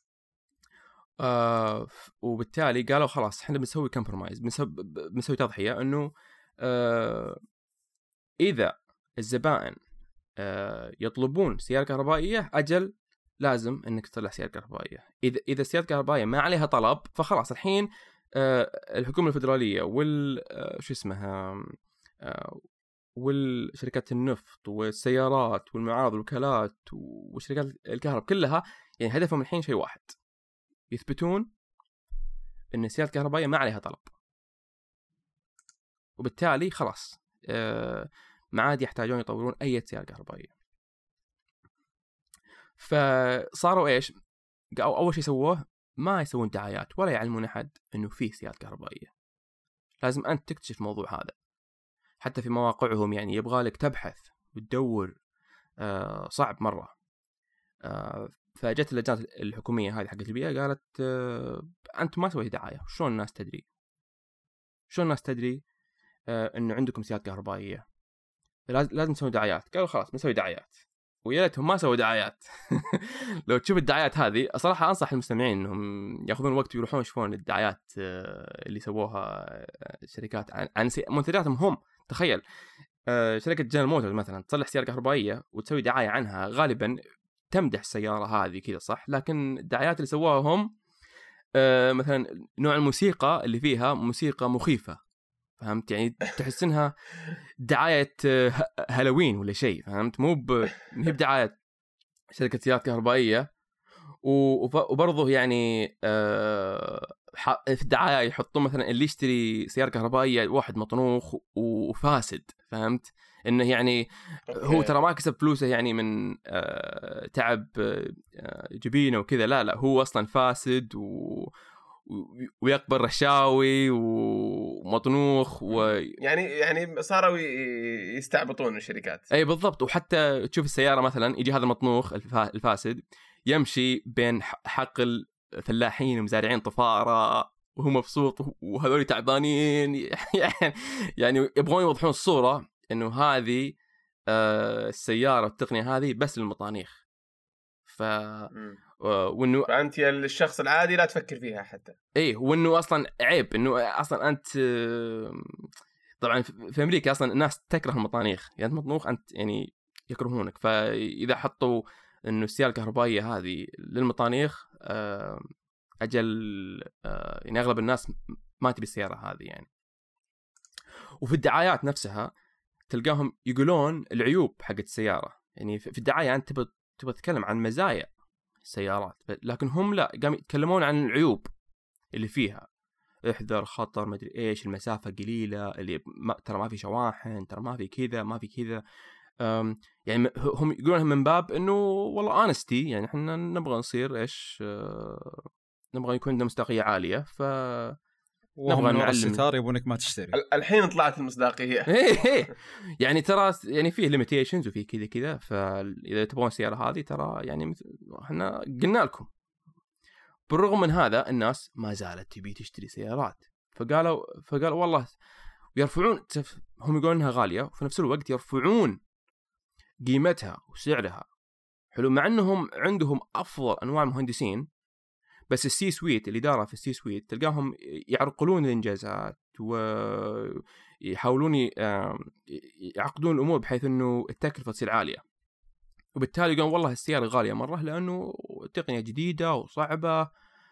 وبالتالي قالوا خلاص احنا بنسوي كومبرومايز، بنسوي تضحية انه اذا الزبائن يطلبون سيارة كهربائية اجل لازم انك تصلح سيارة كهربائية. اذا السيارة الكهربائية ما عليها طلب فخلاص الحين الحكومة الفدرالية شو اسمها والشركات النفط والسيارات والمعارض والوكالات وشركات الكهرباء كلها يعني هدفهم الحين شيء واحد، يثبتون ان السيارة الكهربائية ما عليها طلب. وبالتالي خلاص ما عاد يحتاجون يطورون اي سيارة كهربائية. فصاروا ايش؟ اول شيء سووه ما يسوون دعايات ولا يعلمون احد انه فيه سيارة كهربائية. لازم انت تكتشف الموضوع هذا. حتى في مواقعهم يعني يبغى لك تبحث وتدور، صعب مرة. فجت اللجنات الحكومية هذه حقت البيئة قالت أنتم ما سويتوا دعاية، شلون الناس تدري؟ شلون الناس تدري إنه عندكم سيارات كهربائية؟ لازم تسوي دعايات. قالوا خلاص بنسوي دعايات، ويا ليتهم ما سووا دعايات. لو تشوف الدعايات هذه صراحة أنصح المستمعين إنهم يأخذون وقت ويروحون يشوفون الدعايات اللي سووها شركات عن منتجاتهم هم. تخيل شركة جنرال موتورز مثلا تصلح سيارة كهربائية وتسوي دعاية عنها، غالبا تمدح السيارة هذه كذا صح، لكن الدعايات اللي سواها هم مثلا نوع الموسيقى اللي فيها موسيقى مخيفة، فهمت؟ يعني تحس انها دعاية هالوين ولا شيء، فهمت؟ مو بدعاية شركة سيارات كهربائية. وبرضه يعني في الدعاية يحطون مثلا اللي يشتري سيارة كهربائية واحد مطنوخ وفاسد، فهمت؟ انه يعني هو ترى ما كسب فلوسه يعني من تعب جبينه وكذا، لا هو اصلا فاسد ويقبل رشاوي ومطنوخ يعني صاروا يستعبطون الشركات. اي بالضبط. وحتى تشوف السيارة مثلا يجي هذا المطنوخ الفاسد يمشي بين حقل فلاحين ومزارعين طفارة وهو مبسوط وهذول تعبانين. يعني يبغون يوضحون الصورة انه هذه السيارة التقنية هذه بس للمطانيخ. وانه فانت الشخص العادي لا تفكر فيها حتى. ايه، وانه اصلا عيب، انه اصلا انت طبعا في امريكا اصلا الناس تكره المطانيخ، يعني مطنوخ انت يعني يكرهونك. فاذا حطوا انه السيارة الكهربائية هذه للمطانيخ اجل يعني اغلب الناس ما تبي السيارة هذه يعني. وفي الدعايات نفسها تلقاهم يقولون العيوب حقت السيارة. يعني في الدعاية انت تبغى تتكلم عن مزايا السيارات، لكن هم لا، قاموا يتكلمون عن العيوب اللي فيها. احذر خطر مدري ايش، المسافة قليلة، اللي ترى ما في شواحن، ترى ما في كذا ما في كذا. يعني هم يقولونها من باب انه والله انستي، يعني احنا نبغى نصير ايش، نبغى يكون عندنا مصداقية عالية، ف نبغى نعلم الستار يبونك ما تشتري. الحين طلعت المصداقية. يعني ترى يعني فيه ليميتيشنز وفيه كذا كذا، فاذا تبغون السيارة هذه ترى يعني احنا قلنا لكم. بالرغم من هذا الناس ما زالت تبي تشتري سيارات. فقالوا والله يرفعون، هم يقولون انها غالية وفي نفس الوقت يرفعون قيمتها وسعرها حلو، مع انهم عندهم افضل انواع المهندسين، بس السي سويت اللي داره في السي سويت تلقاهم يعرقلون الانجازات ويحاولون يعقدون الامور بحيث انه التكلفه تصير عاليه، وبالتالي يقولون والله السياره غاليه مره لانه تقنيه جديده وصعبه.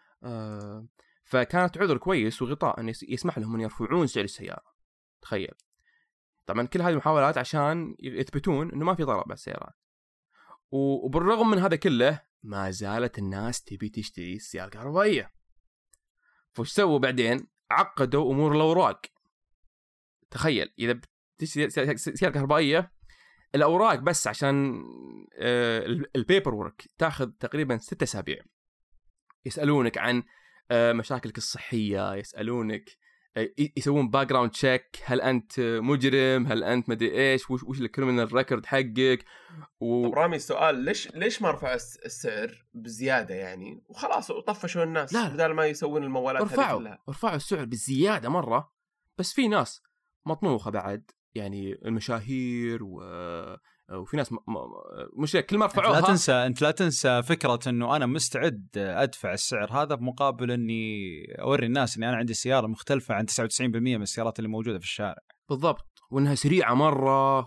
فكانت عذر كويس وغطاء ان يسمح لهم ان يرفعون سعر السياره. تخيل. طبعا كل هذه المحاولات عشان يثبتون انه ما في ضرر بالسيارات، وبالرغم من هذا كله ما زالت الناس تبي تشتري السيارة الكهربائية. فوش سووا بعدين؟ عقدوا أمور الأوراق. تخيل إذا بتشتري سيارة كهربائية، الأوراق بس عشان البيبر وورك تاخذ تقريبا 6 أسابيع. يسألونك عن مشاكلك الصحية، يسألونك يسوون باك جراوند تشيك، هل أنت مجرم، هل أنت مدري إيش، وش الكريمنال ريكورد حقك. طب رامي السؤال، ليش ما رفعوا السعر بزيادة يعني وخلاص وطفشوا الناس؟ لا. بدل ما يسوون الموالات هذه كلها. رفعوا السعر بالزيادة مرة، بس في ناس مطموخة بعد، يعني المشاهير وفي ناس مش كل ما رفعوها. انت لا تنسى فكرة انه انا مستعد ادفع السعر هذا بمقابل اني اوري الناس اني انا عندي سيارة مختلفة عن 99% من السيارات اللي موجودة في الشارع. بالضبط، وانها سريعة مرة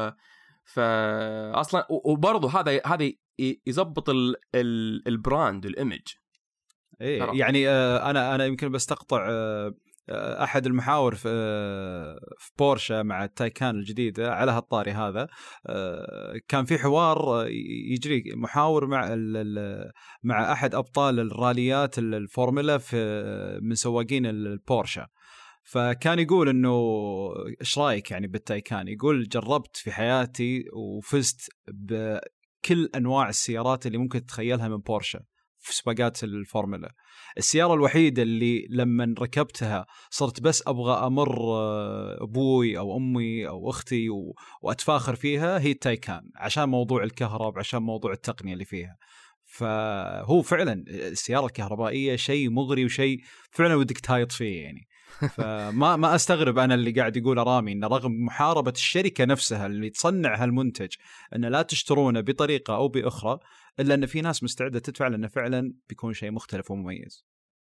فاصلا وبرضه هذا يزبط البراند الايمج. ايه يعني انا يمكن بستقطع احد المحاور في بورشا مع التايكان الجديده على هالطاري هذا. كان في حوار يجري محاور مع احد ابطال الراليات الفورمولا من سواقين البورشا، فكان يقول انه ايش رايك يعني بالتايكان؟ يقول جربت في حياتي وفزت بكل انواع السيارات اللي ممكن تتخيلها من بورشا في سباقات الفورمولا. السيارة الوحيدة اللي لما ركبتها صرت بس أبغى أمر أبوي أو أمي أو أختي وأتفاخر فيها هي التايكان، عشان موضوع الكهرب، عشان موضوع التقنية اللي فيها. فهو فعلا السيارة الكهربائية شيء مغري وشيء فعلا ودك تايط فيه يعني. فما أستغرب أنا اللي قاعد يقول رامي إن رغم محاربة الشركة نفسها اللي تصنع هالمنتج أن لا تشترونه بطريقة أو بأخرى، إلا أن في ناس مستعدة تدفع لأنه فعلا بيكون شيء مختلف ومميز.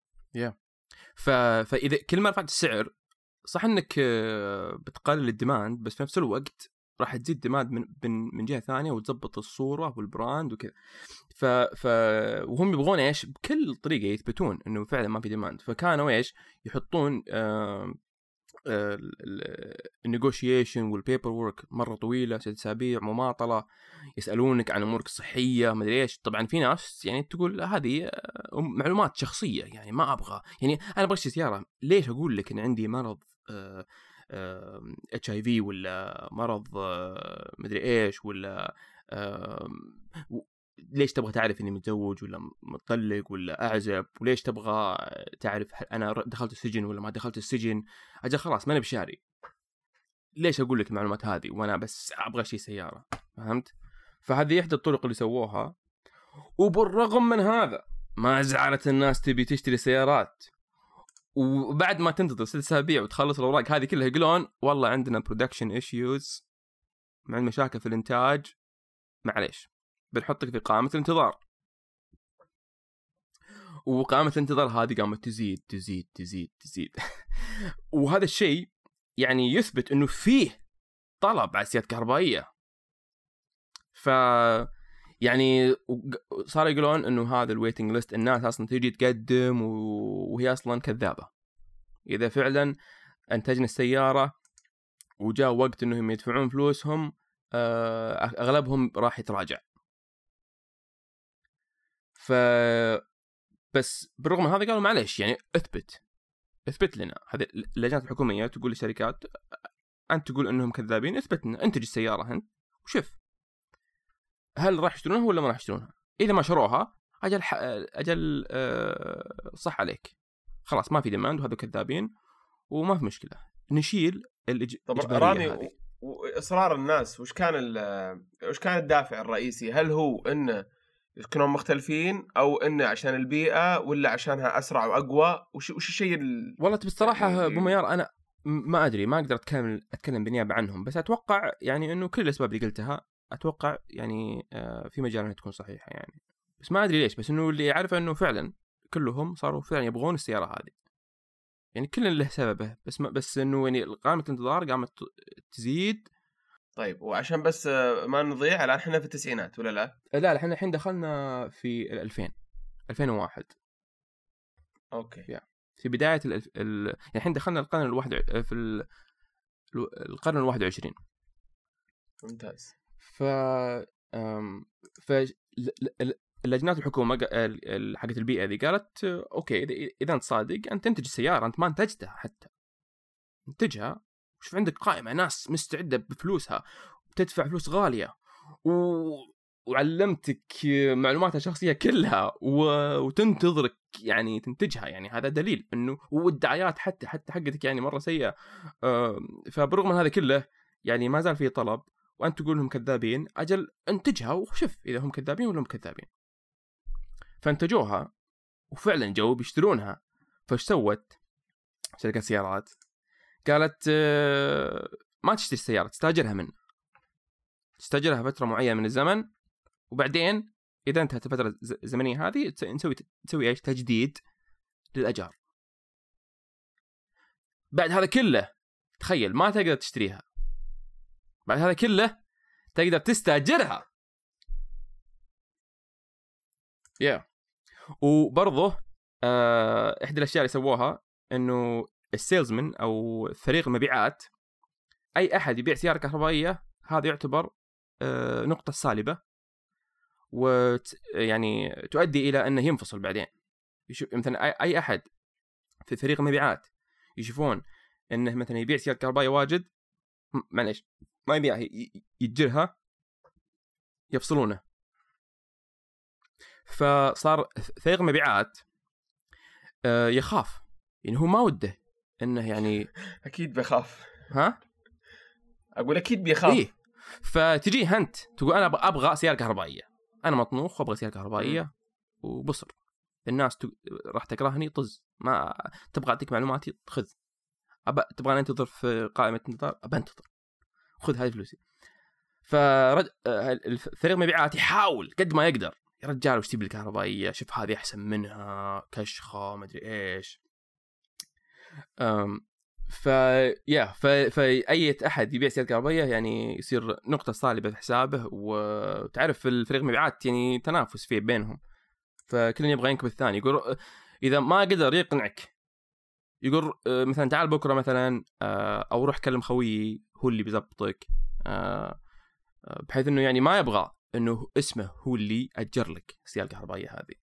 فإذا كل ما رفعت السعر صح أنك بتقلل الديماند، بس في نفس الوقت راح تزيد ديماند من جهة ثانية وتزبط الصورة والبراند وكذا. وهم يبغون إيش بكل طريقة يثبتون إنه فعلا ما في ديماند. فكانوا إيش يحطون النيغوشيشن والبيبر وورك مرة طويلة، 6 أسابيع مماطلة، يسألونك عن أمورك الصحية ما أدري إيش. طبعا في ناس يعني تقول هذه معلومات شخصية، يعني ما أبغى، يعني أنا أبغى سيارة، ليش أقول لك إن عندي مرض HIV ولا مرض مدري إيش ولا ليش تبغى تعرف إني متزوج ولا مطلق ولا أعزب، وليش تبغى تعرف أنا دخلت السجن ولا ما دخلت السجن؟ أجل خلاص ما أنا بشاري، ليش أقول لك المعلومات هذه وأنا بس أبغى شيء سيارة؟ فهمت؟ فهذه إحدى الطرق اللي سووها. وبالرغم من هذا ما زعلت الناس تبي تشتري سيارات، وبعد ما تنتظر 6 أسابيع وتخلص الأوراق هذه كلها يقولون والله عندنا production issues مع المشاكل في الإنتاج، معليش بنحطك في قائمة الانتظار. وقائمة الانتظار هذه قامت تزيد تزيد تزيد تزيد. وهذا الشيء يعني يثبت انه فيه طلب على السيارات الكهربائية. يعني صار يقولون انه هذا الويتنج ليست الناس اصلا تيجي تقدم وهي اصلا كذابة. اذا فعلا انتجنا السيارة وجاء وقت انهم يدفعون فلوسهم اغلبهم راح يتراجع. بس بالرغم من هذا قالوا معليش يعني اثبت لنا. هذه اللجنات الحكومية تقول للشركات أنت تقول أنهم كذابين، اثبت لنا، انتج السيارة هند وشوف هل راح يشترونها ولا ما راح يشترونها. إذا ما شروها أجل صح عليك، خلاص ما في ديماند وهذا كذابين وما في مشكلة، نشيل طبعا رامي وإصرار الناس وش كان الدافع الرئيسي؟ هل هو إنه يكونوا مختلفين أو إنه عشان البيئة ولا عشانها أسرع وأقوى؟ وش الشيء والله بصراحة أبو ميار أنا ما أدري، ما أقدر أتكلم بالنيابة عنهم، بس أتوقع يعني إنه كل الأسباب اللي قلتها اتوقع يعني في مجال انها تكون صحيحه يعني، بس ما ادري ليش. بس انه اللي يعرفه انه فعلا كلهم صاروا فعلا يبغون السياره هذه، يعني كل له سببه، بس انه يعني قائمه الانتظار قامت تزيد. طيب وعشان بس ما نضيع، الان احنا في التسعينات ولا لا؟ لا احنا الحين دخلنا في 2001. اوكي. في بدايه يعني الحين دخلنا القرن الواحد في القرن 21. ممتاز. اللجنات الحكومه حقت البيئه ذي قالت اوكي اذا انت صادق انت تنتج السياره، انت ما انتجتها حتى، انتجها وشوف عندك قائمه ناس مستعده بفلوسها وتدفع فلوس غاليه وعلمتك معلوماتها الشخصيه كلها وتنتظرك يعني تنتجها، يعني هذا دليل انه، والدعايات حتى حقتك يعني مره سيئه. فبرغم من هذا كله يعني ما زال في طلب، وانت تقول لهم كذابين، اجل انتجها وشوف اذا هم كذابين ولا هم كذابين. فانتجوها وفعلا جو بيشترونها. فايش سوت شركه سيارات؟ قالت ما تشتري السياره، تستاجرها فتره معينه من الزمن، وبعدين اذا انتهت الفتره الزمنيه هذه نسوي ايش؟ تجديد للاجار. بعد هذا كله تخيل ما تقدر تشتريها، بعد هذا كله تقدر تستاجرها. وبرضه احدى الاشياء اللي سووها انه السيلزمن او فريق المبيعات، اي احد يبيع سياره كهربائيه هذا يعتبر نقطه سالبه، ويعني تؤدي الى انه ينفصل بعدين. مثلا اي احد في فريق المبيعات يشوفون انه مثلا يبيع سياره كهربائيه واجد، معليش ما يبيعها يتجرها، يفصلونه. فصار فريق المبيعات يخاف، يعني هو ما وده انه يعني اكيد بيخاف. ها اقول اكيد بيخاف. إيه؟ فتجي انت تقول انا ابغى سياره كهربائيه، انا مطنوخ وابغى سياره كهربائيه وبصر، الناس راح تكرهني طز، ما تبغى اعطيك معلوماتي خذ، تبغى انتظر في قائمه انتظار انتظر، خذ هذه فلوسي. فريق المبيعات يحاول قد ما يقدر، يا رجال وش تبي الكهربائيه، شوف هذه احسن منها، كشخه ما ادري ايش. فأي أحد يبيع سيارة كهربائية يعني يصير نقطة صالبة في حسابه. وتعرف الفريق المبيعات يعني تنافس فيه بينهم، فكل يبغى ينكب الثاني. يقول إذا ما قدر يقنعك يقول مثلا تعال بكرة مثلا أو روح كلم خويي هو اللي بيزبطك، بحيث إنه يعني ما يبغى إنه اسمه هو اللي أجر لك السيارة الكهربائية هذه.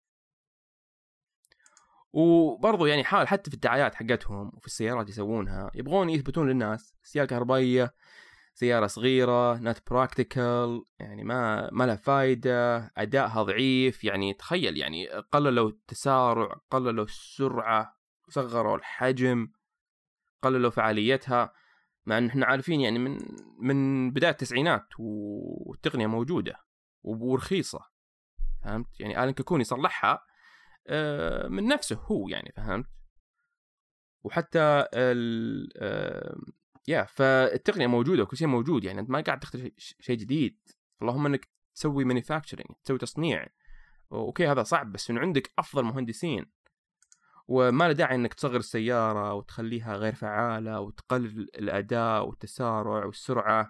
وبرضو يعني حال حتى في الدعايات حقتهم وفي السيارات يسوونها، يبغون يثبتون للناس سيارة كهربائية سيارة صغيرة نات براكتيكال، يعني ما لها فايدة، أدائها ضعيف. يعني تخيل يعني قللوا التسارع، قللوا السرعة، صغروا الحجم، قللوا فعاليتها، مع أن احنا عارفين يعني من بداية التسعينات والتقنية موجودة ورخيصة، فهمت؟ يعني آلان كوكون يصلحها من نفسه هو، يعني فهمت؟ وحتى فالتقنية موجودة وكل شيء موجود، يعني أنت ما قاعد تخترع شيء جديد، اللهم أنك تسوي manufacturing، تسوي تصنيع. أوكي هذا صعب، بس إنه عندك أفضل مهندسين، وما له داعي إنك تصغر السيارة وتخليها غير فعالة وتقلل الأداء والتسارع والسرعة.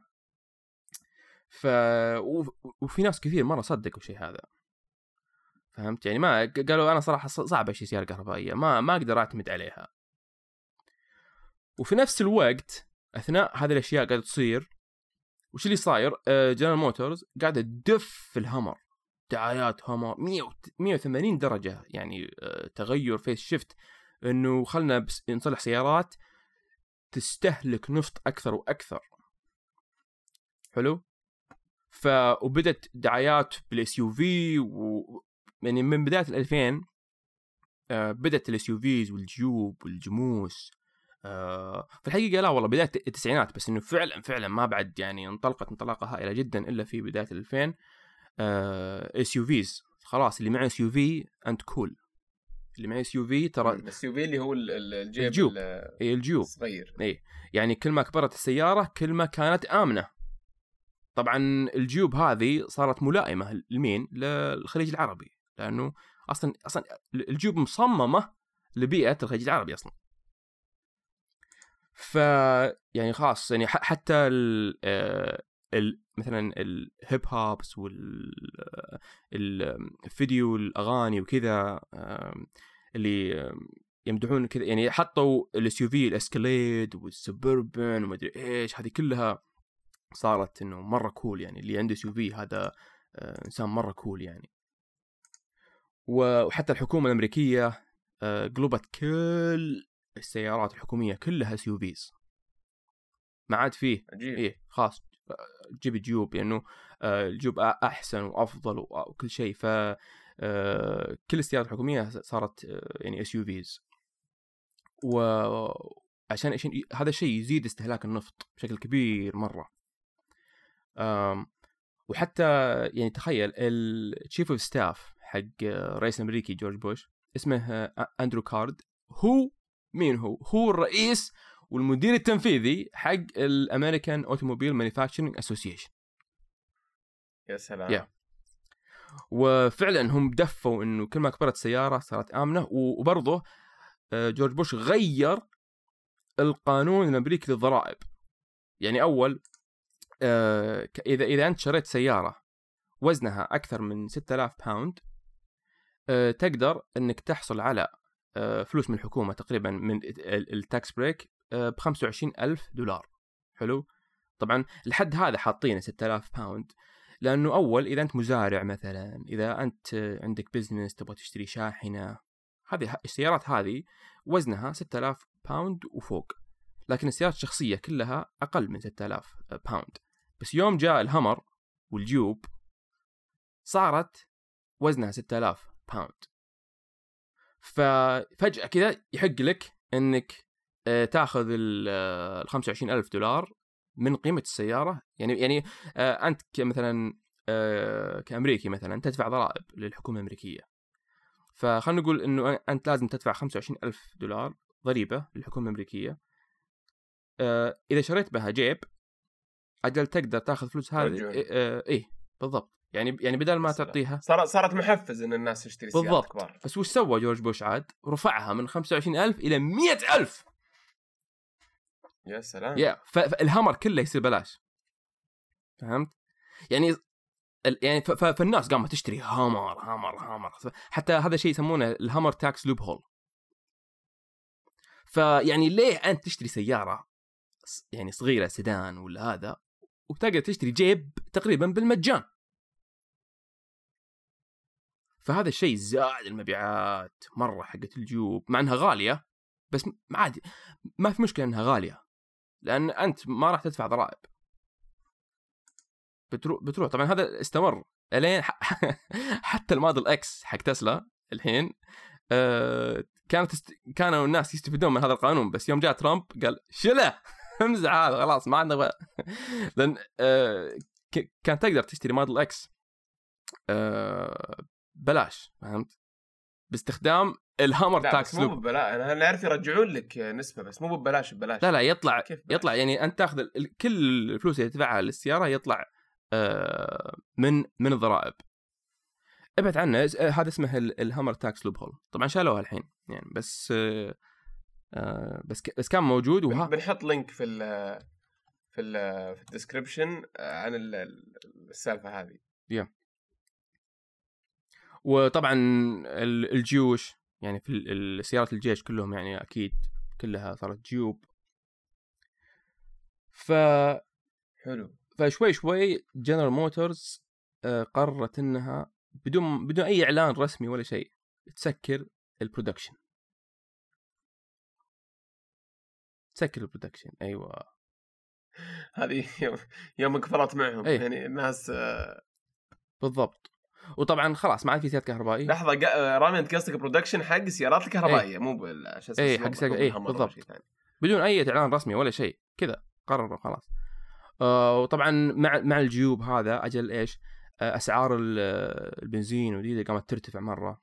وفي ناس كثير مرة صدقوا شيء هذا، فهمت؟ يعني ما قالوا أنا صراحة صعب أشي سيارة كهربائية، ما أقدر أعتمد عليها. وفي نفس الوقت أثناء هذه الأشياء قاعدة تصير، وش اللي صاير؟ جنرال موتورز قاعدة تدف الهامر، دعايات هامر 180 درجة، يعني تغير فيس شيفت، إنه خلنا بس نصلح سيارات تستهلك نفط أكثر وأكثر. حلو. وبدت دعايات بالاس يو في، يعني من بداية 2000 بدت الاس يو فيز والجيوب والجموس. في الحقيقة لا والله بداية التسعينات، بس إنه فعلا ما بعد يعني انطلقت انطلاقة هائلة جدا إلا في بداية 2000. اس يو فيز خلاص، اللي معه اس يو في أنت كول، اللي معه اس يو في ترى الاس يو في اللي هو الجيوب الجيوب صغير. يعني كل ما كبرت السيارة كل ما كانت آمنة طبعا الجيوب هذه صارت ملائمه لمين؟ للخليج العربي، لانه اصلا الجيوب مصممه لبيئه الخليج العربي اصلا. ف يعني خاص يعني حتى مثلا الهيب هوبس والفيديو الاغاني وكذا اللي يمدحون كذا، يعني حطوا الاس يو في الاسكاليد والسبربن وما ادري ايش، هذه كلها صارت انه مره كول، يعني اللي عنده اس يو في هذا انسان مره كول يعني. وحتى الحكومه الامريكيه قلبت كل السيارات الحكوميه كلها اس يو فيز، ما عاد فيه ايه خاص جيب جيوب، لانه يعني الجيوب احسن وافضل وكل شيء. ف كل السيارات الحكوميه صارت يعني اس يو فيز، وعشان هذا الشيء يزيد استهلاك النفط بشكل كبير مره. وحتى يعني تخيل الشيف اوف ستاف حق رئيس امريكي جورج بوش اسمه اندرو كارد، مين هو الرئيس والمدير التنفيذي حق الامريكان اوتوموبيل مانيفاكتشرنج اسوسيشن. يا سلام. وفعلا هم دفوا انه كل ما كبرت السياره صارت امنه. وبرضه جورج بوش غير القانون الامريكي للضرائب. يعني اول اذا انت شريت سياره وزنها اكثر من 6000 باوند تقدر انك تحصل على فلوس من الحكومه تقريبا من التاكس بريك $25,000. حلو. طبعا الحد هذا حاطينه 6000 باوند لانه اول اذا انت مزارع مثلا، اذا انت عندك بزنس تبغى تشتري شاحنه، هذه السيارات هذه وزنها 6000 باوند وفوق، لكن السيارات الشخصيه كلها اقل من 6000 باوند. بس يوم جاء الهمر والجيوب صارت وزنها 6000 باوند، ففجأة كذا يحق لك انك تاخذ $25,000 من قيمة السيارة. يعني انت مثلا كأمريكي مثلا تدفع ضرائب للحكومة الأمريكية، فخلنا نقول انه انت لازم تدفع $25,000 ضريبة للحكومة الأمريكية. اذا شريت بها جيب اجل تقدر تاخذ فلوس هذه ايه بالضبط. يعني بدل ما تعطيها صارت محفز ان الناس تشتري سيارات كبار. بس وش سوى جورج بوش؟ عاد رفعها من 25,000 الى 100,000. يا سلام. فالهامر كله يصير بلاش، فهمت؟ يعني فالناس قامت تشتري هامر. حتى هذا شيء يسمونه الهامر تاكس لوب هول. فيعني ليه انت تشتري سيارة يعني صغيرة سيدان ولا هذا وتقدر تشتري جيب تقريبا بالمجان؟ فهذا الشيء زاد المبيعات مرة حقت الجيوب، مع انها غالية، بس عادي ما في مشكلة انها غالية لان انت ما راح تدفع ضرائب. بتروح طبعا. هذا استمر الين حتى الموديل اكس حق تسلا الحين كانوا الناس يستفيدون من هذا القانون، بس يوم جاء ترامب قال شله امزع هذا خلاص ما عندنا لان كان تقدر تشتري موديل اكس بلاش، فهمت؟ باستخدام الهامر تاكس لوب. مو ببلاش، انا نعرف يرجعون لك نسبه بس مو ببلاش. لا يطلع يعني انت تاخذ كل الفلوس اللي تدفعها للسياره يطلع من الضرائب. ابعد عنه. هذا اسمه الهامر تاكس لوب هول. طبعا شالوها الحين يعني، بس كان موجود. بنحط لينك في الديسكريبشن عن السالفه هذه. وطبعا الجيوش يعني في السيارات الجيش كلهم يعني اكيد كلها صارت جيوب. حلو. فشوي جنرال موتورز قررت انها بدون اي اعلان رسمي ولا شيء تسكر البرودكشن. ايوه هذه يوم قفلت معهم. يعني الناس بالضبط. وطبعا خلاص ما عاد في سيارات كهربائيه. لحظه رامي انت قصدك برودكشن حق السيارات الكهربائيه مو بالاساس حق سيارات بالضبط بدون اي اعلان رسمي ولا شيء كذا قرروا خلاص. وطبعا مع الجيوب هذا اجل ايش اسعار البنزين ودي قامت ترتفع مره.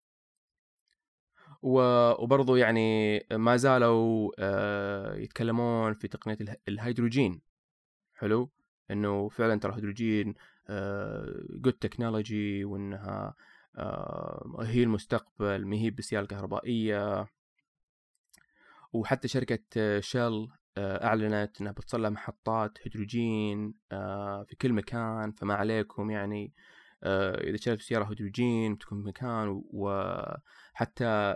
وبرضو يعني ما زالوا يتكلمون في تقنيه الهيدروجين. حلو. انه فعلا ترى الهيدروجين جود تكنولوجي، وانها هي المستقبل، ما هي بالسيارة الكهربائية. وحتى شركة شيل أعلنت أنها بتصلح محطات هيدروجين في كل مكان، فما عليكم يعني إذا شريت سيارة هيدروجين تكون في مكان. وحتى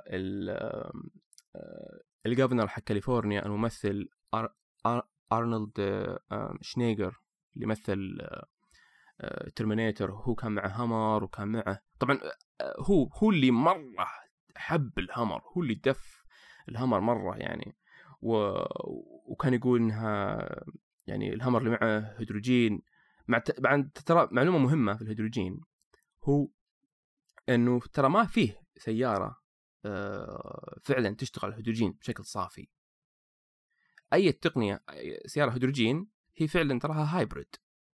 الجوفرنر حق كاليفورنيا الممثل أرنولد شنيجر اللي مثل ترمينيتر، هو كان معه هامر، وكان معه طبعا هو اللي مرة حب الهامر، هو اللي دف الهامر مرة يعني. وكان يقول انها يعني الهامر اللي معه هيدروجين ترى معلومة مهمة في الهيدروجين هو انه ترى ما فيه سيارة فعلا تشتغل الهيدروجين بشكل صافي. اي تقنية سيارة هيدروجين هي فعلا تراها هايبريد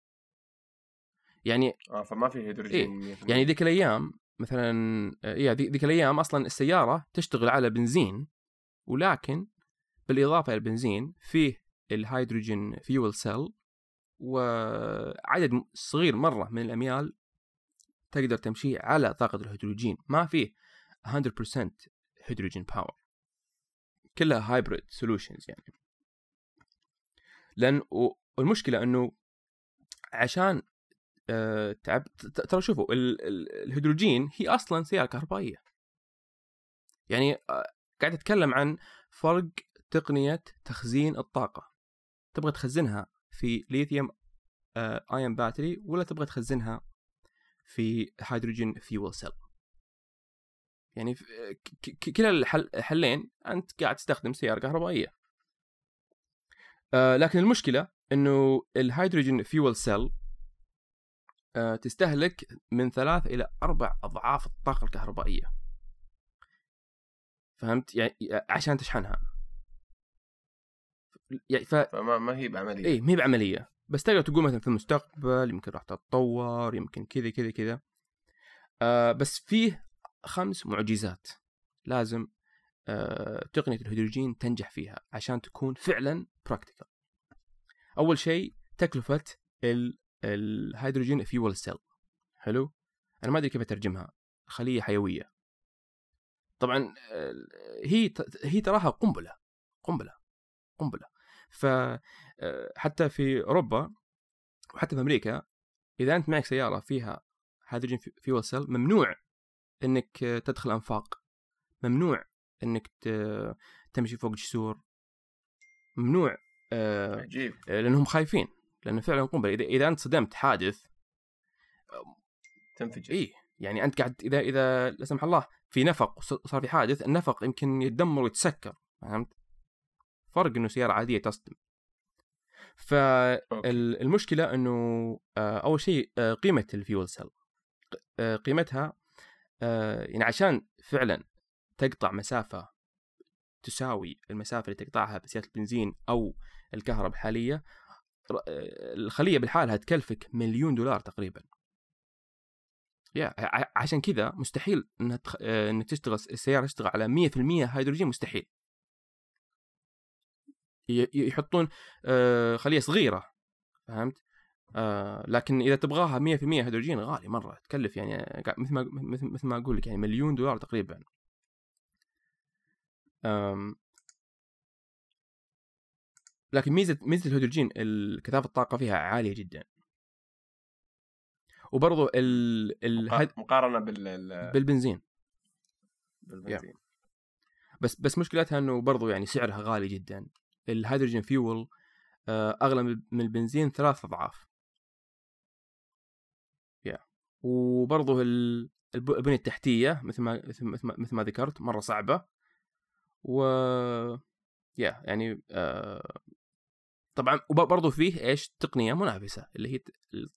يعني. فما في هيدروجين. إيه؟ يعني ذيك الايام مثلا ذيك الايام اصلا السيارة تشتغل على بنزين، ولكن بالإضافة إلى البنزين فيه الهيدروجين فيول سيل، وعدد صغير مرة من الأميال تقدر تمشي على طاقة الهيدروجين. ما فيه 100% هيدروجين باور، كلها هايبريد سولوشنز يعني. لأن المشكلة أنه عشان ترى شوفوا الهيدروجين هي أصلا سيارة كهربائية يعني. قاعد أتكلم عن فرق تقنية تخزين الطاقة. تبغى تخزنها في ليثيوم ايون باتري، ولا تبغى تخزنها في هيدروجين فيول سيل؟ يعني كلا الحلين أنت قاعد تستخدم سيارة كهربائية. لكن المشكلة أنه الهيدروجين فيول سيل تستهلك من 3 إلى 4 أضعاف الطاقة الكهربائية، فهمت يعني، عشان تشحنها يعني. فما هي بعملية. إيه، ما هي بعملية. بس تقدر تقول مثلا في المستقبل يمكن راح تتطور، يمكن كذا. بس فيه 5 معجزات لازم تقنية الهيدروجين تنجح فيها عشان تكون فعلا براكتيكال. أول شيء تكلفة الهيدروجين فيول سيل. حلو، أنا ما أدري كيف أترجمها، خلية حيوية. طبعا هي تراها قنبلة. فحتى في أوروبا وحتى في أمريكا إذا أنت معك سيارة فيها هيدروجين فيول سيل ممنوع إنك تدخل أنفاق، ممنوع إنك تمشي فوق جسور، ممنوع. عجيب. لأنهم خايفين، لأنه فعلا قنبلة. إذا أنت صدمت حادث تنفجر. إيه يعني أنت قاعد إذا لا سمح الله في نفق وصار في حادث، النفق يمكن يتدمر ويتسكر، فهمت؟ فرق إنه سيارة عادية تصدم. فالمشكلة إنه أول شيء قيمة الفيول سيل، قيمتها يعني عشان فعلا تقطع مسافة تساوي المسافة اللي تقطعها بسيارة البنزين أو الكهرباء الحالية، الخلية بالحالها تكلفك $1 مليون تقريبا. عشان كذا مستحيل إن تشتغل السيارة تشتغل على 100% هيدروجين، مستحيل. يحطون خلية صغيرة، فهمت؟ لكن إذا تبغاها 100% هيدروجين غالي مرة، تكلف يعني مثل ما أقول لك يعني $1 مليون تقريبا. لكن ميزة الهيدروجين كثافة الطاقة فيها عالية جدا. وبرضو مقارنة بالبنزين. بالبنزين. بس مشكلتها انه برضو يعني سعرها غالي جدا. الهيدروجين فيول اغلى من البنزين 3 أضعاف. وبرضو البنية التحتية مثل ما ذكرت مرة صعبة. يعني طبعا وبرضو فيه ايش تقنية منافسة اللي هي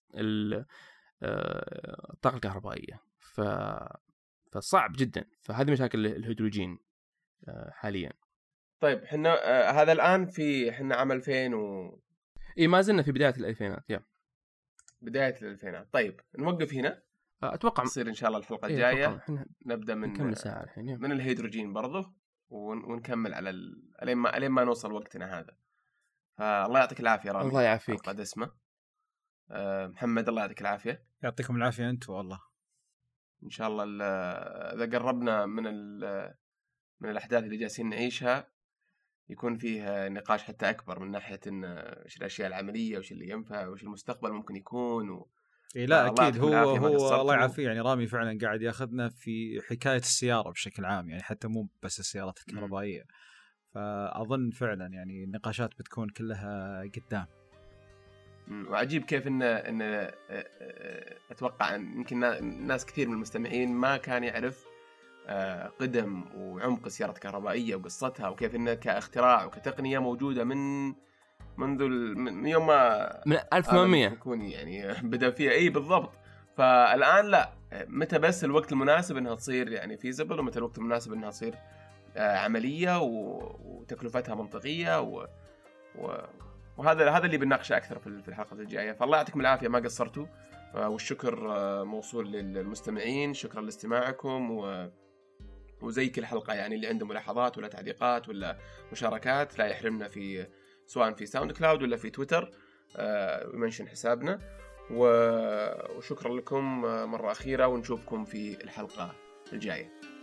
الطاقة الكهربائية. فصعب جدا. فهذه مشاكل الهيدروجين حاليا. طيب حنا هذا الآن في حنا عام 2000 إيه ما زلنا في بداية الألفينات. بداية الألفينات. طيب نوقف هنا. أتوقع تصير إن شاء الله الحلقة الجاية نبدأ من ساعة الحين من الهيدروجين برضه ونكمل على ألين ما نوصل وقتنا هذا. فالله يعطيك العافية رامي. الله يعافيك. حلقة دسمة محمد الله يعطيك العافية. يعطيكم العافية أنتوا والله. إن شاء الله إذا قربنا من الأحداث اللي جالسين نعيشها يكون فيه نقاش حتى أكبر من ناحية إن إيش الأشياء العملية وإيش اللي ينفع وإيش المستقبل ممكن يكون إيه لا أكيد هو الله يعافيه يعني رامي فعلا قاعد ياخذنا في حكاية السيارة بشكل عام يعني حتى مو بس السيارات الكهربائية. فأظن فعلا يعني النقاشات بتكون كلها قدام. وعجيب كيف إن أتوقع أن يمكن ناس كثير من المستمعين ما كان يعرف قدم وعمق السيارات الكهربائية وقصتها وكيف إنها كاختراع وكتقنية موجودة منذ يوم ما من 1800 يكون يعني بدأ فيها. أي بالضبط. فالآن لا، متى بس الوقت المناسب إنها تصير يعني فيزبل، ومتى الوقت المناسب إنها تصير عملية وتكلفتها منطقية وهذا اللي بنناقشه أكثر في الحلقة الجاية. فالله يعطيكم العافية ما قصرتوا، والشكر موصول للمستمعين. شكرا لاستماعكم، وزي كل حلقة يعني اللي عنده ملاحظات ولا تعليقات ولا مشاركات لا يحرمنا في سواء في ساوند كلاود ولا في تويتر ومنشن حسابنا. وشكرا لكم مرة أخيرة، ونشوفكم في الحلقة الجاية.